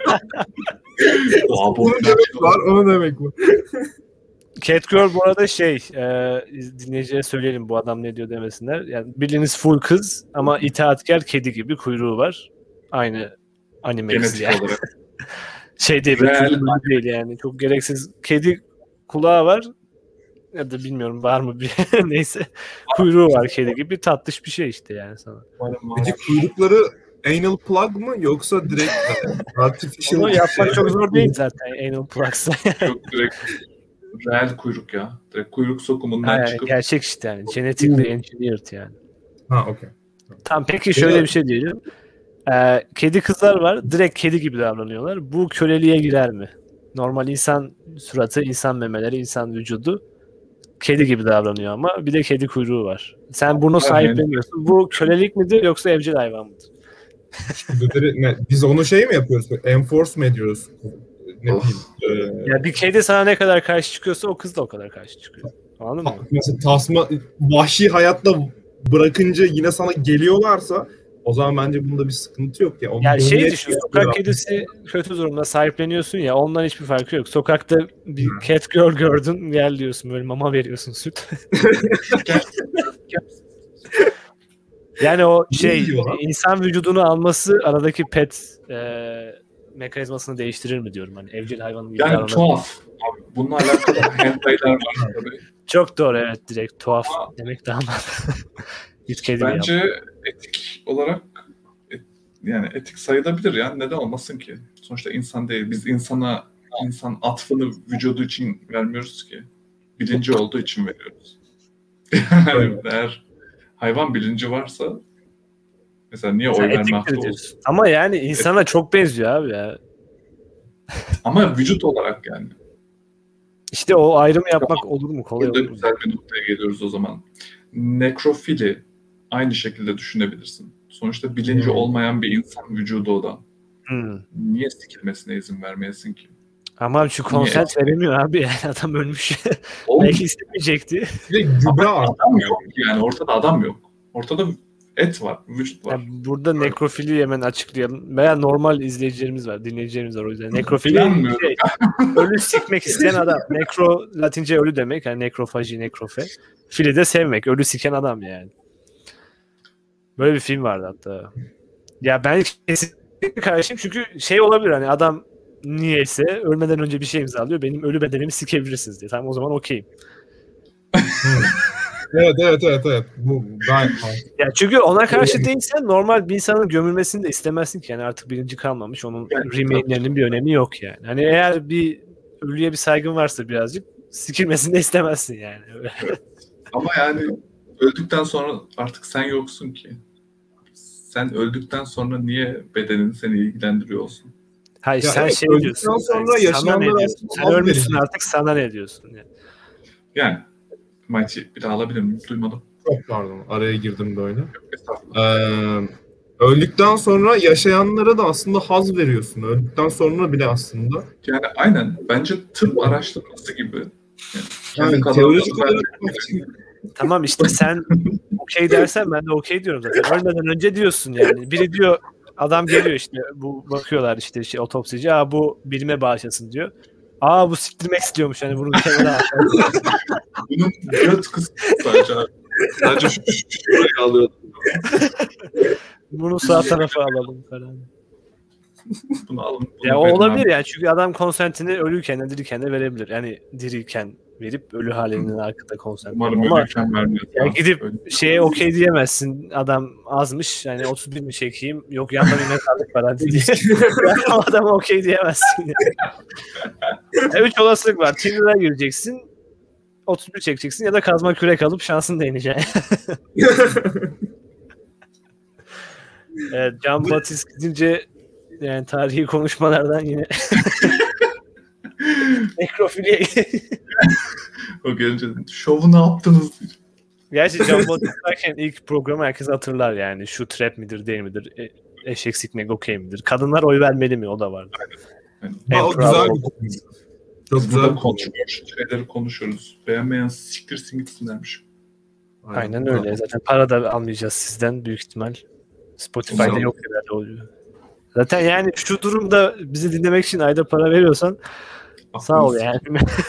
Onun demek var, onun demek bu. Cat girl bu arada dinleyicilere söyleyelim, bu adam ne diyor demesinler. Yani bildiğiniz full kız ama itaatkar kedi gibi kuyruğu var. Aynı anime kızı Genetik yani. olarak. Değil, Real- değil yani. Çok gereksiz. Kedi kulağı var. Ya da bilmiyorum var mı bir neyse. Kuyruğu var kedi gibi, tatlış bir şey işte yani sana. Peki kuyrukları anal plug mı yoksa direkt artificial Onu yapmak çok zor değil zaten anal plugs'la. Çok direkt real kuyruk ya. Direkt kuyruk sokumundan Yani çıkıp gerçek işte yani. Genetically engineered yani. Ha, okey. Tamam, peki şöyle bir şey diyelim. Kedi kızlar var. Direkt kedi gibi davranıyorlar. Bu köleliğe girer mi? Normal insan suratı, insan memeleri, insan vücudu. Kedi gibi davranıyor ama bir de kedi kuyruğu var. Sen bunu sahipleniyorsun. Bu kölelik midir yoksa evcil hayvan mıdır? Biz onu şey mi yapıyoruz? Enforce mi ediyoruz? Ne bileyim. Ya bir kedi sana ne kadar karşı çıkıyorsa o kız da o kadar karşı çıkıyor. Anladın mı? Mesela tasma vahşi hayatta bırakınca yine sana geliyorlarsa o zaman bence bunda bir sıkıntı yok ya. Onu Ya domine düşün, etmeye sokak bırak. kedisi kötü durumda sahipleniyorsun ya, ondan hiçbir farkı yok. Sokakta bir cat girl gördün, gel diyorsun, böyle mama veriyorsun, süt. Yani o insan vücudunu alması aradaki pet mekanizmasını değiştirir mi diyorum, hani evcil hayvanın gibi yani davranır. tuhaf. Abi, bununla alakalı hentai'ler var tabii. Çok doğru, evet, direkt tuhaf demek daha mantıklı. Hiç kedi mi Bence etik olarak yani etik sayılabilir ya. Neden olmasın ki? Sonuçta insan değil. Biz insan atfını vücudu için vermiyoruz ki. Bilinci olduğu için veriyoruz. Yani eğer hayvan bilinci varsa mesela niye oy verme hakkı olsun? Ama yani insana çok benziyor abi ya. Ama vücut olarak yani. İşte o ayrımı yapmak olur mu? Kolay Burada olur mu? güzel bir noktaya geliyoruz o zaman. Nekrofili aynı şekilde düşünebilirsin. Sonuçta bilinci olmayan bir insan vücudu o da. Niye sikilmesine izin vermeyesin ki? Ama şu konsent veremiyor abi yani, adam ölmüş. Belki istemeyecekti. Gübre adam yok yani, ortada adam yok. Ortada et var, vücut var. Yani burada nekrofili hemen açıklayalım. Veya normal izleyicilerimiz var, dinleyicilerimiz var o yüzden. Nekrofili ölü sikmek isteyen adam. Nekro Latince ölü demek. Yani nekrofaji, nekrofe. Fili de sevmek. Ölü siken adam yani. Böyle bir film vardı hatta. Ya ben kesinlikle karşıyım çünkü olabilir, hani adam niyeyse ölmeden önce bir şey imzalıyor. Benim ölü bedenimi sikebilirsiniz diye. Tamam, o zaman okeyim. Evet. Bu gayet ya çünkü ona karşı değilsen normal bir insanın gömülmesini de istemezsin ki. Yani artık bilinci kalmamış. Onun remainlerinin bir önemi yok yani. Hani eğer bir ölüye bir saygın varsa birazcık sikilmesini de istemezsin yani. Evet. Ama yani öldükten sonra artık sen yoksun ki. Sen öldükten sonra niye bedenin seni ilgilendiriyor olsun? Hayır, sen diyorsun. Sonra yaşayanlar sen ölmüşsün artık, sana ne diyorsun yani? Yani Mighty bir daha alabilir miyim? Duymadım. Çok pardon. Araya girdim böyle. Öldükten sonra yaşayanlara da aslında haz veriyorsun. Öldükten sonra bile aslında. Yani aynen. Bence tıp araştırması gibi. Yani teolojik olarak tamam işte sen okey dersen ben de okey diyorum zaten. Ölmeden önce diyorsun yani. Biri diyor, adam geliyor işte, bu bakıyorlar işte otopsici. Bu bilime bağışlasın diyor. Bu siktirmek istiyormuş yani, bunu kenara at. Bunun göt kısmı sadece. Sadece şuraya alıyordum. Bunu sağ tarafa alalım falan. Bunu alın. Ya o olabilir yani çünkü adam konsentini ölüyken de diriyken de verebilir. Yani diriyken verip ölü halinin arkada konsent. Umarım ama ölürken vermiyor. yani gidip öyle. şeye okey diyemezsin. Adam azmış yani 31 mi çekeyim yok yandan yine kaldık falan diye. Yani adama okey diyemezsin. Yani. 3 olasılık var. Tinder'a gireceksin. 31 çekeceksin ya da kazma kürek alıp şansını deneyeceksin. Evet, Can Batist gidince yani tarihi konuşmalardan yine nekrofiliye. O gelince şovu ne yaptınız? Gerçi Can Batist derken ilk programı herkes hatırlar yani. Şu trap midir değil midir? Eşek sikmek okey midir? Kadınlar oy vermeli mi? O da vardı. O güzel bir konu. Çok Biz güzel burada bir konu. şeyleri konuşuyoruz. Beğenmeyen siktirsin gitsin demiş. Aynen öyle. Zaten para da almayacağız sizden büyük ihtimal. Spotify'da Güzel. yok herhalde oluyor. Zaten yani şu durumda bizi dinlemek için ayda para veriyorsan sağ ol yani.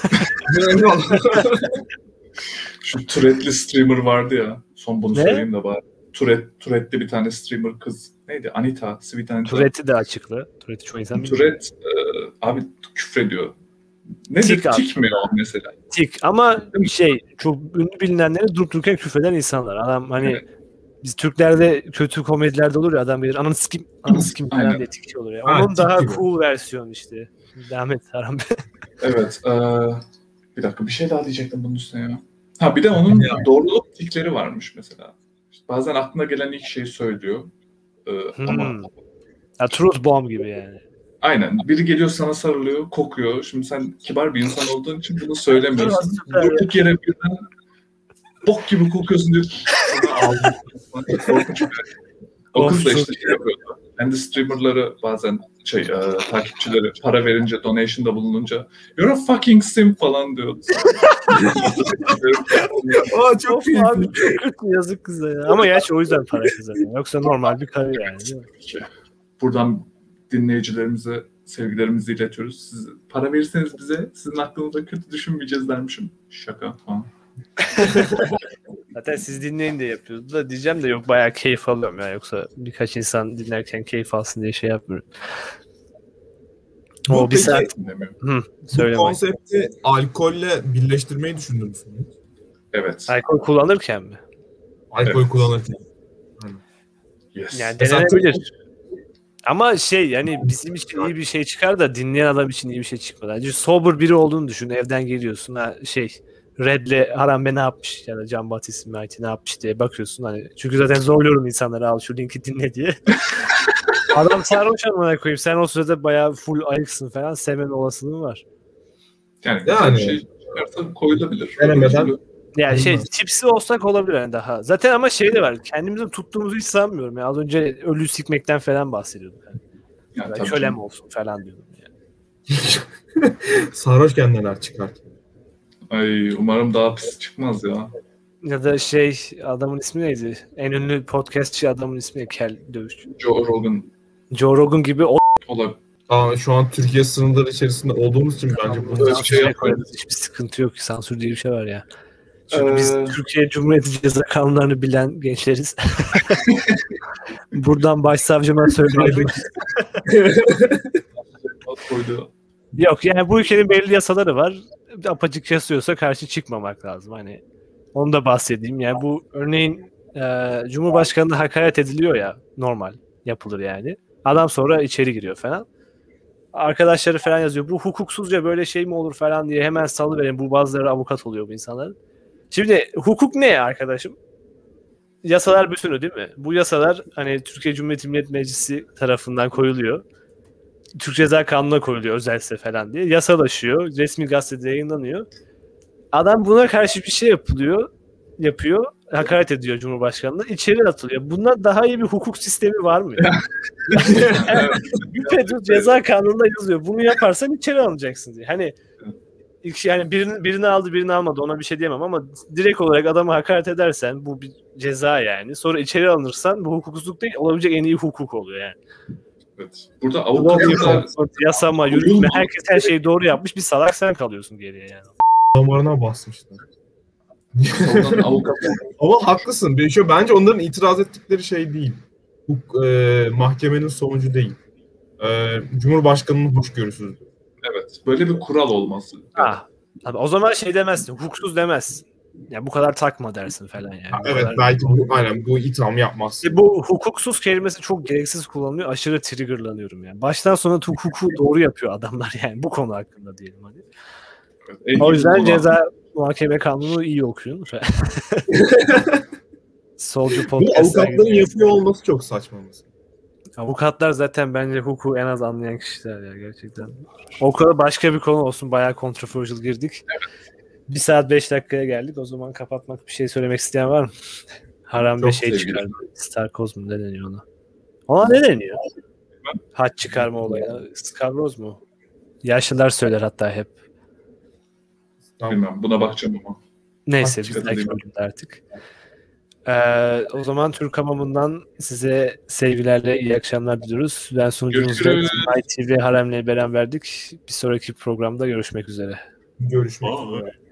Şu Tourette'li streamer vardı ya. Son bunu Ne? söyleyeyim de bari. Tourette'li bir tane streamer kız. Neydi? Anita. Sweet Anita. Tourette'i de açıkla. Tourette'i çoğu insan bilmiyor. Tourette abi küfrediyor. Nedir? Tik abi. Tik mi o mesela? Tik ama çok ünlü bilinenleri durup dururken küfreden insanlar. Adam hani Evet. biz Türklerde kötü komedilerde olur ya adam bilir ananı sikim falan Aynen. diye tikçi olur ya. Ha, Onun tik daha gibi. cool versiyon işte. Devam et Haram Bey. Evet. Bir dakika bir şey daha diyecektim bunun üstüne ya. Ha bir de onun Ya. doğruluk tikleri varmış mesela. İşte bazen aklına gelen ilk şeyi söylüyor. Ama Ya, truth bomb gibi yani. aynen. Biri geliyor sana sarılıyor, kokuyor. Şimdi sen kibar bir insan olduğun için bunu söylemiyorsun. Süper ya. Durduk yere birden bok gibi kokuyorsun diyor. Sana ağzını korkunç bir. O kız da işte şey yapıyordu. Kendi streamerları bazen takipçileri para verince, donation'da bulununca you're a fucking simp falan diyordu. Aa, çok Of keyifli. abi çok kötü yazık kıza ya. Ama gerçi o yüzden para kazanıyor. Yoksa normal bir karı yani. Değil mi? Buradan dinleyicilerimize sevgilerimizi iletiyoruz. Siz para verirseniz bize sizin aklınıza kötü düşünmeyeceğiz dermişim. Şaka falan. Zaten siz dinleyin diye yapıyoruz da diyeceğim de yok bayağı keyif alıyorum ya. Yoksa birkaç insan dinlerken keyif alsın diye şey yapmıyorum. Bu O bir peki- saat. Dinlemiyorum. Bu Söyle bak. konsepti alkolle birleştirmeyi düşündün müsünüz? Evet. Alkol kullanırken mi? Alkol Evet. kullanırken. Yes. Yani Mesela denenebilir. Ama yani bizim için iyi bir şey çıkar da dinleyen adam için iyi bir şey çıkmadı. Yani sober biri olduğunu düşün. Evden geliyorsun. Red'le Harambe ne yapmış ya da Can Batist Mighty ne yapmış diye bakıyorsun. Hani çünkü zaten zorluyorum insanları al şu linki dinle diye. Adam sarhoş amına koyayım. Sen o sırada bayağı full ayıksın falan. Sevmen olasılığı var. Yani Yani- bir şey çıkarsa koyulabilir. Denemeden- Yani Olmaz. tipsi olsak olabilir yani daha. Zaten ama de var. Kendimizi tuttuğumuzu hiç sanmıyorum. Yani az önce ölü sikmekten falan bahsediyorduk. Yani. Yani Ben tabii kölem canım. olsun falan diyordum yani. Sarhoşken neler çıkartıyor? Ay umarım daha pis çıkmaz ya. Ya da adamın ismi neydi? En ünlü podcastçi adamın ismi Kel Dövüşçü. Joe Rogan Joe Rogan gibi o olabilir. Şu an Türkiye sınırları içerisinde olduğumuz için bence bu Böyle sansüre şey koyarız. Hiçbir sıkıntı yok ki. Sansür diye bir şey var ya. Çünkü biz Ee, Türkiye Cumhuriyeti ceza kanunlarını bilen gençleriz. Buradan başsavcıma söyleyelim. koydu. Yok yani bu ülkenin belli yasaları var. Apaçık yazıyorsa karşı çıkmamak lazım. Hani onu da bahsedeyim. Yani bu örneğin Cumhurbaşkanı'na hakaret ediliyor ya normal yapılır yani. Adam sonra içeri giriyor falan. Arkadaşları falan yazıyor. Bu hukuksuzca böyle şey mi olur falan diye hemen salıverin. Bu bazıları avukat oluyor bu insanların. Şimdi hukuk ne arkadaşım? Yasalar bütünü değil mi? Bu yasalar hani Türkiye Cumhuriyeti Millet Meclisi tarafından koyuluyor. Türk Ceza Kanunu'na koyuluyor özelse falan diye. Yasalaşıyor. Resmi gazetede yayınlanıyor. Adam buna karşı bir şey yapıyor. Hakaret ediyor Cumhurbaşkanı'na. İçeri atılıyor. Bundan daha iyi bir hukuk sistemi var mı? Federal Ceza Kanunu'nda yazıyor. Bunu yaparsan içeri alınacaksın diye. Hani yani birini aldı birini almadı ona bir şey diyemem ama direkt olarak adama hakaret edersen bu bir ceza yani. Sonra içeri alınırsan bu hukuksuzluk değil olabilecek en iyi hukuk oluyor yani. Evet. Burada Law avukatlar enforcement, yasama, yürütme herkes her şeyi doğru yapmış bir salak sen kalıyorsun geriye yani. damarına basmışlar. avukat Ama haklısın. Bence onların itiraz ettikleri şey değil. mahkemenin sonucu değil. Cumhurbaşkanının hoşgörüsüzdür. Evet. Böyle bir kural olması. Tabii o zaman şey demezsin. Hukuksuz demezsin. Ya bu kadar takma dersin falan yani. Evet, kadar... belki bu itham yapmazsın. Bu hukuksuz kelimesi çok gereksiz kullanılıyor. Aşırı triggerlanıyorum yani. Baştan sona hukuku doğru yapıyor adamlar yani bu konu hakkında diyelim hani. Evet, o yüzden ceza muhakeme kanunu iyi okuyun. Solcu Bunu podcast. avukatların yapıyor olması çok saçma mesela. Avukatlar zaten bence hukuku en az anlayan kişiler ya gerçekten. O kadar başka bir konu olsun. Bayağı controversial girdik. 1 saat 5 dakikaya geldik. O zaman kapatmak bir şey söylemek isteyen var mı? Haram bir şey çıkardı. Starkoz mu ne deniyor ona? Ona ne deniyor? Haç çıkarma olayı. Skavroz mu? Yaşlılar söyler hatta hep. Bilmem. Buna bakacağım ama. Neyse biz belki bölümde artık. O zaman Türk Hamamı'ndan size sevgilerle iyi akşamlar diliyoruz. Ben sunucunuz ITV Harem'le beraberdik. Bir sonraki programda görüşmek üzere. Görüşmek üzere.